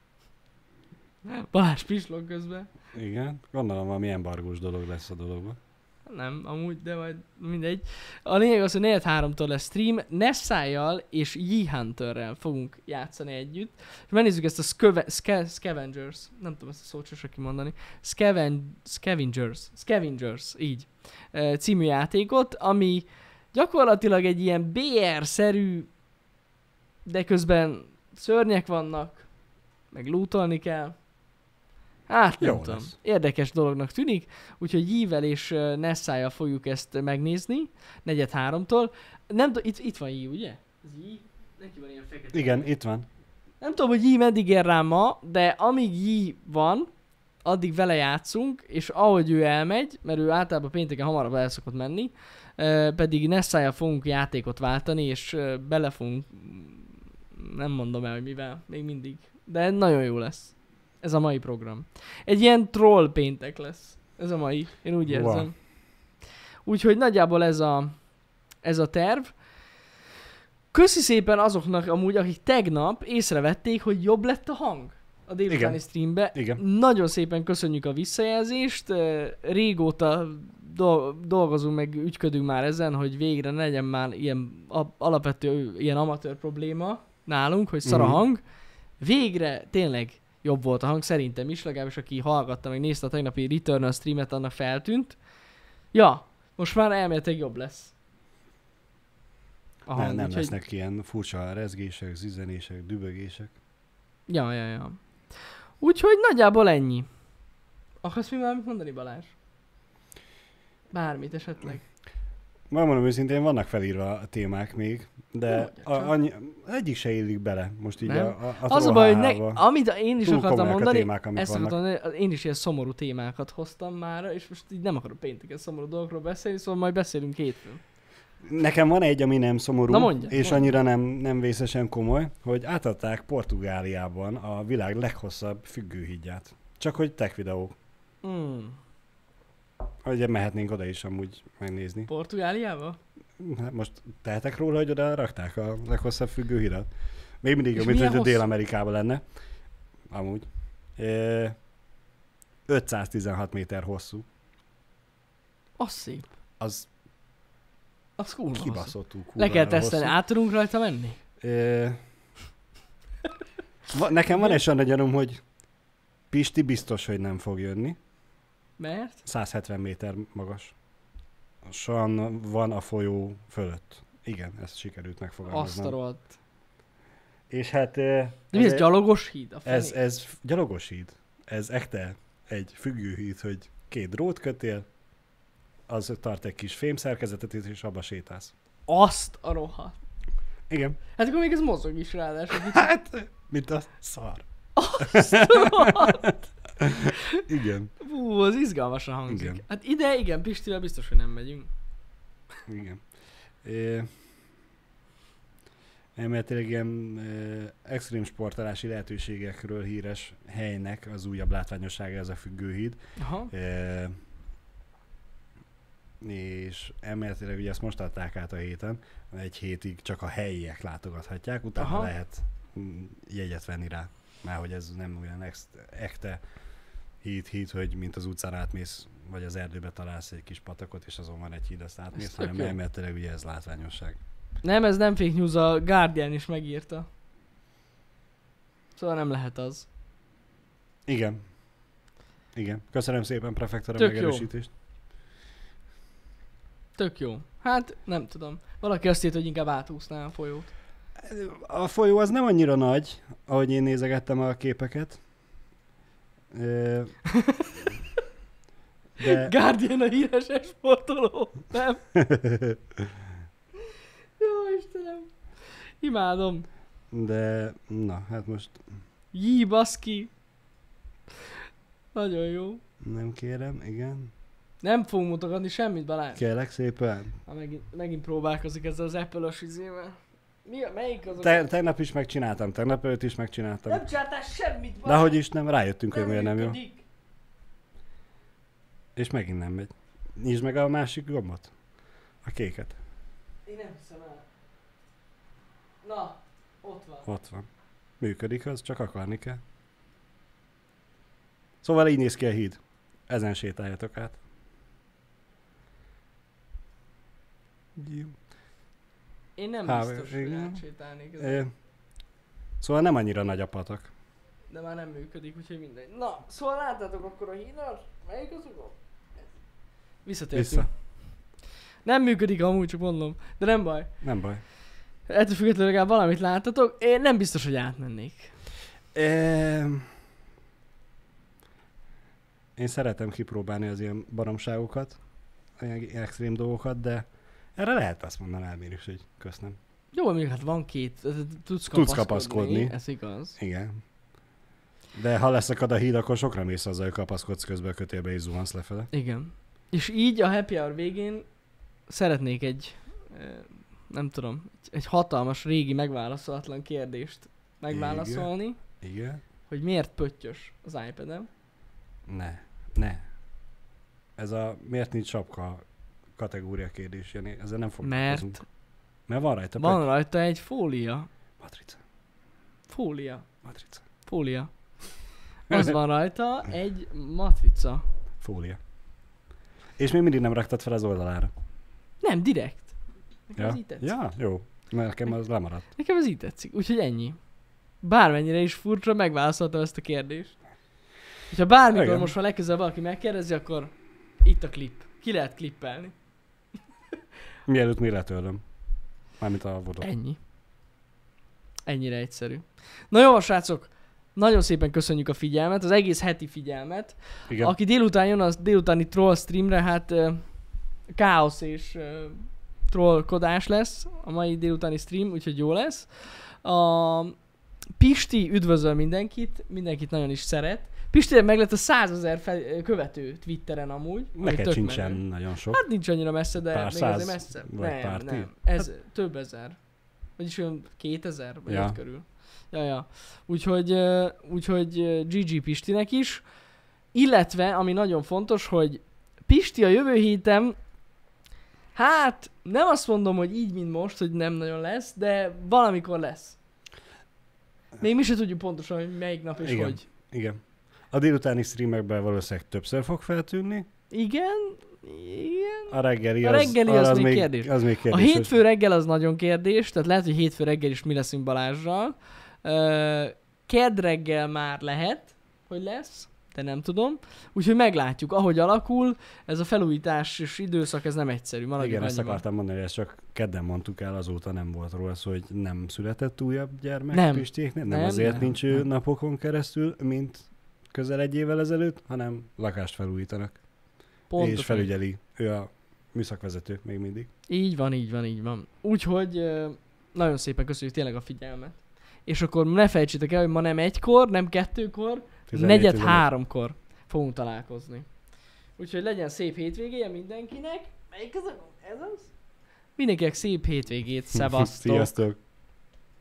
[SPEAKER 2] Balázs pislog közben.
[SPEAKER 1] Igen. Gondolom valami embargós dolog lesz a dologban.
[SPEAKER 2] Nem, amúgy, de majd mindegy. A lényeg az, hogy negyed háromtól lesz stream, Nessájjal és Yee-Hunterrel fogunk játszani együtt. És megnézzük ezt a Scave- Sca- Scavengers, nem tudom ezt a szót sosem kimondani, Scaven- Scavengers, Scavengers, így, eh, című játékot, ami gyakorlatilag egy ilyen bé er-szerű, de közben szörnyek vannak, meg lootolni kell. Hát nem
[SPEAKER 1] Jó
[SPEAKER 2] tudom.
[SPEAKER 1] lesz.
[SPEAKER 2] Érdekes dolognak tűnik, úgyhogy Yee-vel és uh, Nessájjal fogjuk ezt megnézni, negyed háromtól. Nem tudom, itt, itt van Yee, ugye? Ez Yee? Neki van ilyen fekete.
[SPEAKER 1] Igen, itt van.
[SPEAKER 2] Nem tudom, hogy Yee meddig ér rá ma, de amíg Yee van, addig vele játszunk, és ahogy ő elmegy, mert ő általában pénteken hamarabb el szokott menni, uh, pedig Nessájjal fogunk játékot váltani, és uh, bele fogunk, nem mondom el, hogy mivel, még mindig, de nagyon jó lesz. Ez a mai program. Egy ilyen troll péntek lesz. Ez a mai. Én úgy érzem.
[SPEAKER 1] Wow.
[SPEAKER 2] Úgyhogy nagyjából ez a, ez a terv. Köszi szépen azoknak amúgy, akik tegnap észrevették, hogy jobb lett a hang a délutáni
[SPEAKER 1] Igen.
[SPEAKER 2] streambe.
[SPEAKER 1] Igen.
[SPEAKER 2] Nagyon szépen köszönjük a visszajelzést. Eh, Régóta do- dolgozunk, meg ügyködünk már ezen, hogy végre ne legyen már ilyen a- alapvető ilyen amatőr probléma nálunk, hogy szar a
[SPEAKER 1] Mhm.
[SPEAKER 2] hang. Végre tényleg jobb volt a hang, szerintem is, legalábbis aki hallgatta, meg nézte a tegnapi Returnal streamet, annak feltűnt. Ja, most már elméletileg jobb lesz. A hang,
[SPEAKER 1] nem nem
[SPEAKER 2] úgyhogy-
[SPEAKER 1] lesznek ilyen furcsa rezgések, zizzenések, dübögések.
[SPEAKER 2] Ja, ja, ja. Úgyhogy nagyjából ennyi. Akarsz mi valamit mondani, Balázs? Bármit esetleg.
[SPEAKER 1] Megmondom őszintén, vannak felírva a témák még, de
[SPEAKER 2] Mondja
[SPEAKER 1] a,
[SPEAKER 2] csak.
[SPEAKER 1] annyi, egyik se illik bele most így
[SPEAKER 2] Nem?
[SPEAKER 1] a, a, a
[SPEAKER 2] Az a baj, hogy ne,
[SPEAKER 1] trollháhába.
[SPEAKER 2] amit én is
[SPEAKER 1] Túl
[SPEAKER 2] akartam
[SPEAKER 1] komolyak a
[SPEAKER 2] mondani,
[SPEAKER 1] témák, amik
[SPEAKER 2] ezt
[SPEAKER 1] vannak.
[SPEAKER 2] akartam mondani, én is ilyen szomorú témákat hoztam már, és most így nem akarok pénteken szomorú dolgokról beszélni, szóval majd beszélünk hétfőn.
[SPEAKER 1] Nekem van egy, ami nem szomorú,
[SPEAKER 2] Na mondja,
[SPEAKER 1] és
[SPEAKER 2] mondja.
[SPEAKER 1] annyira nem, nem vészesen komoly, hogy átadták Portugáliában a világ leghosszabb függőhídját. Csak hogy tech videó.
[SPEAKER 2] Mm.
[SPEAKER 1] Hogy mehetnénk oda is amúgy megnézni.
[SPEAKER 2] Portugáliába?
[SPEAKER 1] Hát most tehetek róla, hogy oda rakták a leghosszabb függőhidat? Még mindig
[SPEAKER 2] És
[SPEAKER 1] jobb, mint
[SPEAKER 2] milyen
[SPEAKER 1] hogy
[SPEAKER 2] hosszú?
[SPEAKER 1] Dél-Amerikában lenne. Amúgy. E, ötszáztizenhat méter hosszú.
[SPEAKER 2] Az szép.
[SPEAKER 1] Az
[SPEAKER 2] Az kurva hosszú.
[SPEAKER 1] kibaszottul kurva
[SPEAKER 2] Le kell tesztelni,
[SPEAKER 1] hosszú.
[SPEAKER 2] át tudunk rajta menni?
[SPEAKER 1] E, va, nekem van egy olyan gyanúm, hogy Pisti biztos, hogy nem fog jönni.
[SPEAKER 2] Mert?
[SPEAKER 1] százhetven méter magas. Sohan van a folyó fölött. Igen, ezt sikerült
[SPEAKER 2] Azt a
[SPEAKER 1] megfogalmaznom.
[SPEAKER 2] rohadt.
[SPEAKER 1] És hát... e,
[SPEAKER 2] De mi ez
[SPEAKER 1] egy-
[SPEAKER 2] gyalogos híd? A
[SPEAKER 1] Ez,
[SPEAKER 2] fenék?
[SPEAKER 1] ez gyalogos híd. Ez ekte egy függőhíd, hogy két drót kötél, az tart egy kis fémszerkezetet, és abba sétálsz.
[SPEAKER 2] Azt a rohadt.
[SPEAKER 1] Igen.
[SPEAKER 2] Hát akkor még ez mozog is ráadásul. kicsit.
[SPEAKER 1] Hát, mint a szar.
[SPEAKER 2] Azt a rohadt.
[SPEAKER 1] Igen.
[SPEAKER 2] Fú, az izgalmasan hangzik.
[SPEAKER 1] Igen.
[SPEAKER 2] Hát ide, igen, Pistivel biztos, hogy nem megyünk.
[SPEAKER 1] Igen. É, Elméletileg ilyen ö, extrém sportolási lehetőségekről híres helynek az újabb látványossága ez a függőhíd.
[SPEAKER 2] Aha.
[SPEAKER 1] Ö, és elméletileg ugye ezt most adták át a héten, egy hétig csak a helyiek látogathatják, utána
[SPEAKER 2] Aha.
[SPEAKER 1] lehet mm, jegyet venni rá, mert hogy ez nem olyan ex- ekte híd, híd, hogy mint az utcán átmész, vagy az erdőbe találsz egy kis patakot, és azon van egy híd, azt
[SPEAKER 2] Ez
[SPEAKER 1] átmész,
[SPEAKER 2] tök
[SPEAKER 1] hanem
[SPEAKER 2] jó.
[SPEAKER 1] elméletileg ugye ez látványosság.
[SPEAKER 2] Nem, ez nem fake news, a Guardian is megírta. Szóval nem lehet az.
[SPEAKER 1] Igen. Igen. Köszönöm szépen, prefektor, a
[SPEAKER 2] Tök jó.
[SPEAKER 1] megerősítést.
[SPEAKER 2] Tök jó. Hát nem tudom. Valaki azt írta, hogy inkább átúszná a folyót.
[SPEAKER 1] A folyó az nem annyira nagy, ahogy én nézegettem a képeket. Ö, De...
[SPEAKER 2] Guardian a híres sportoló. Nem? Jó Istenem. Imádom.
[SPEAKER 1] De, na, hát most
[SPEAKER 2] Jé, baszki. Nagyon jó.
[SPEAKER 1] nem kérem, igen.
[SPEAKER 2] Nem fogunk mutogatni semmit, Balázs.
[SPEAKER 1] Kérlek szépen.
[SPEAKER 2] Ha megint, megint próbálkozik ezzel az Apple-os izével. Mi a, melyik az a...
[SPEAKER 1] Te, tegnap is megcsináltam, tegnap előtt is megcsináltam.
[SPEAKER 2] Nem csináltál semmit,
[SPEAKER 1] De
[SPEAKER 2] Balázs.
[SPEAKER 1] hogy is nem, rájöttünk, hogy miért nem jó.
[SPEAKER 2] működik.
[SPEAKER 1] És megint nem megy. Nyisd meg a másik gombot. A kéket.
[SPEAKER 2] Én nem hiszem el. Na, ott van.
[SPEAKER 1] Ott van. Működik az, csak akarni kell. Szóval így néz ki a híd. Ezen sétáljatok át. Jó.
[SPEAKER 2] Én nem
[SPEAKER 1] Há,
[SPEAKER 2] biztos, hogy
[SPEAKER 1] igen.
[SPEAKER 2] átsétálnék
[SPEAKER 1] Ö,
[SPEAKER 2] ezen.
[SPEAKER 1] Szóval nem annyira nagy a patak.
[SPEAKER 2] De már nem működik, úgyhogy mindegy. Na, szóval láttátok akkor a hídat? Melyik az ugo? Visszatértünk.
[SPEAKER 1] Vissza.
[SPEAKER 2] Nem működik amúgy, csak mondom. De nem baj.
[SPEAKER 1] Nem baj.
[SPEAKER 2] Ettől függetlenül legalább valamit láttatok. Én nem biztos, hogy átmennék.
[SPEAKER 1] Ehm, Én szeretem kipróbálni az ilyen baromságokat, ilyen extrém dolgokat, de erre lehet azt mondani elmér is, hogy köszönöm.
[SPEAKER 2] Jó, még hát van két, tudsz
[SPEAKER 1] Tudsz
[SPEAKER 2] kapaszkodni.
[SPEAKER 1] kapaszkodni.
[SPEAKER 2] Ez igaz.
[SPEAKER 1] Igen. De ha leszakad a híd, akkor sokra mész azzal, hogy kapaszkodsz közben a kötélbe és zuhansz lefele.
[SPEAKER 2] Igen. És így a happy hour végén szeretnék egy, eh, nem tudom, egy, egy hatalmas, régi, megválaszolatlan kérdést megválaszolni,
[SPEAKER 1] Igen.
[SPEAKER 2] hogy miért pöttyös az iPad-em.
[SPEAKER 1] Ne. Ne. Ez a miért nincs sapka kategória kérdés, Jani. Ezzel nem foglalkozunk.
[SPEAKER 2] Mert
[SPEAKER 1] Mert van rajta.
[SPEAKER 2] van
[SPEAKER 1] pötty.
[SPEAKER 2] rajta egy fólia.
[SPEAKER 1] Matrica.
[SPEAKER 2] Fólia.
[SPEAKER 1] Matrica.
[SPEAKER 2] Fólia. Az van rajta egy matrica.
[SPEAKER 1] Fólia. És még mindig nem raktad fel az oldalára.
[SPEAKER 2] Nem, direkt. Nekem
[SPEAKER 1] Ja?
[SPEAKER 2] ez így tetszik.
[SPEAKER 1] Ja, jó. Mert nekem az lemaradt.
[SPEAKER 2] Nekem ez így tetszik, úgyhogy ennyi. Bármennyire is furcsa, megválaszoltam ezt a kérdést. Ha bármikor
[SPEAKER 1] Igen.
[SPEAKER 2] most, ha legközelebb valaki megkérdezi, akkor itt a klip. Ki lehet klippelni.
[SPEAKER 1] Mielőtt mi letörlöm. Mármint a vodot.
[SPEAKER 2] Ennyi. Ennyire egyszerű. Na jó, srácok! Nagyon szépen köszönjük a figyelmet, az egész heti figyelmet.
[SPEAKER 1] Igen.
[SPEAKER 2] Aki délután jön, az délutáni troll streamre, hát uh, káosz és uh, trollkodás lesz a mai délutáni stream, úgyhogy jó lesz. A Pisti üdvözöl mindenkit, mindenkit nagyon is szeret. Pisti meg lett a százezer fel- követő Twitteren amúgy. ami
[SPEAKER 1] Neked
[SPEAKER 2] tök
[SPEAKER 1] sincsen
[SPEAKER 2] menő.
[SPEAKER 1] nagyon sok.
[SPEAKER 2] Hát nincs annyira messze, de
[SPEAKER 1] Pár
[SPEAKER 2] még
[SPEAKER 1] száz
[SPEAKER 2] azért messze.
[SPEAKER 1] vagy
[SPEAKER 2] Nem,
[SPEAKER 1] pár
[SPEAKER 2] nem.
[SPEAKER 1] tíz?
[SPEAKER 2] Ez több ezer. Vagyis olyan kétezer, vagy
[SPEAKER 1] Ja.
[SPEAKER 2] ott körül. Ja, ja. Úgyhogy, ö, úgyhogy ö, gé gé Pistinek is. Illetve, ami nagyon fontos, hogy Pisti a jövő héten, hát nem azt mondom, hogy így, mint most, hogy nem nagyon lesz, de valamikor lesz. Még mi sem tudjuk pontosan, hogy melyik nap és
[SPEAKER 1] Igen.
[SPEAKER 2] hogy.
[SPEAKER 1] Igen. A délutáni streamekben valószínűleg többször fog feltűnni.
[SPEAKER 2] Igen, igen.
[SPEAKER 1] A reggeli,
[SPEAKER 2] A
[SPEAKER 1] az,
[SPEAKER 2] reggeli az még kérdés.
[SPEAKER 1] Az még
[SPEAKER 2] A
[SPEAKER 1] kérdés.
[SPEAKER 2] hétfő reggel az nagyon kérdés, tehát lehet, hogy hétfő reggel is mi leszünk Balázsral. Ö, Kedd reggel már lehet, hogy lesz, de nem tudom. Úgyhogy meglátjuk, ahogy alakul. Ez a felújításos időszak, ez nem egyszerű. Maradjunk
[SPEAKER 1] Igen, ezt
[SPEAKER 2] annyiban.
[SPEAKER 1] akartam mondani, hogy ezt csak kedden mondtuk el, azóta nem volt róla szó, hogy nem született újabb gyermek
[SPEAKER 2] Nem.
[SPEAKER 1] Pistiéknél. Nem,
[SPEAKER 2] Nem,
[SPEAKER 1] azért
[SPEAKER 2] nem,
[SPEAKER 1] nincs ő
[SPEAKER 2] nem.
[SPEAKER 1] napokon keresztül, mint közel egy évvel ezelőtt, hanem lakást felújítanak.
[SPEAKER 2] Pontosan.
[SPEAKER 1] És felügyeli. Ő a műszakvezető még mindig.
[SPEAKER 2] Így van, így van, így van. Úgyhogy ö, nagyon szépen köszönjük tényleg a figyelmet. És akkor ne felejtsétek el, hogy ma nem egykor, nem kettőkor,
[SPEAKER 1] tizennégy,
[SPEAKER 2] negyed
[SPEAKER 1] tizenöt.
[SPEAKER 2] háromkor fogunk találkozni. Úgyhogy legyen szép hétvégéje mindenkinek. Melyik az a... Ez az? Mindenkinek szép hétvégét. Szevasztok.
[SPEAKER 1] Sziasztok!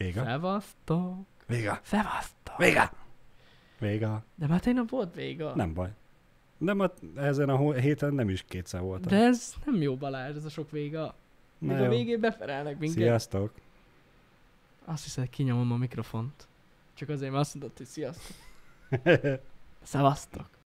[SPEAKER 1] Véga.
[SPEAKER 2] Szevasztok.
[SPEAKER 1] Véga.
[SPEAKER 2] Szevasztok.
[SPEAKER 1] Véga. Véga.
[SPEAKER 2] De már tegnap volt véga.
[SPEAKER 1] Nem baj. De ma ezen a hó- héten nem is kétszer voltam.
[SPEAKER 2] De ez nem jó, Balázs, ez a sok véga. Még
[SPEAKER 1] Na
[SPEAKER 2] a
[SPEAKER 1] jó.
[SPEAKER 2] végén beferelnek minket.
[SPEAKER 1] Sziasztok.
[SPEAKER 2] Azt hiszed, kinyomom a mikrofont. Csak azért, mert azt mondod, hogy sziasztok. Szevasztok.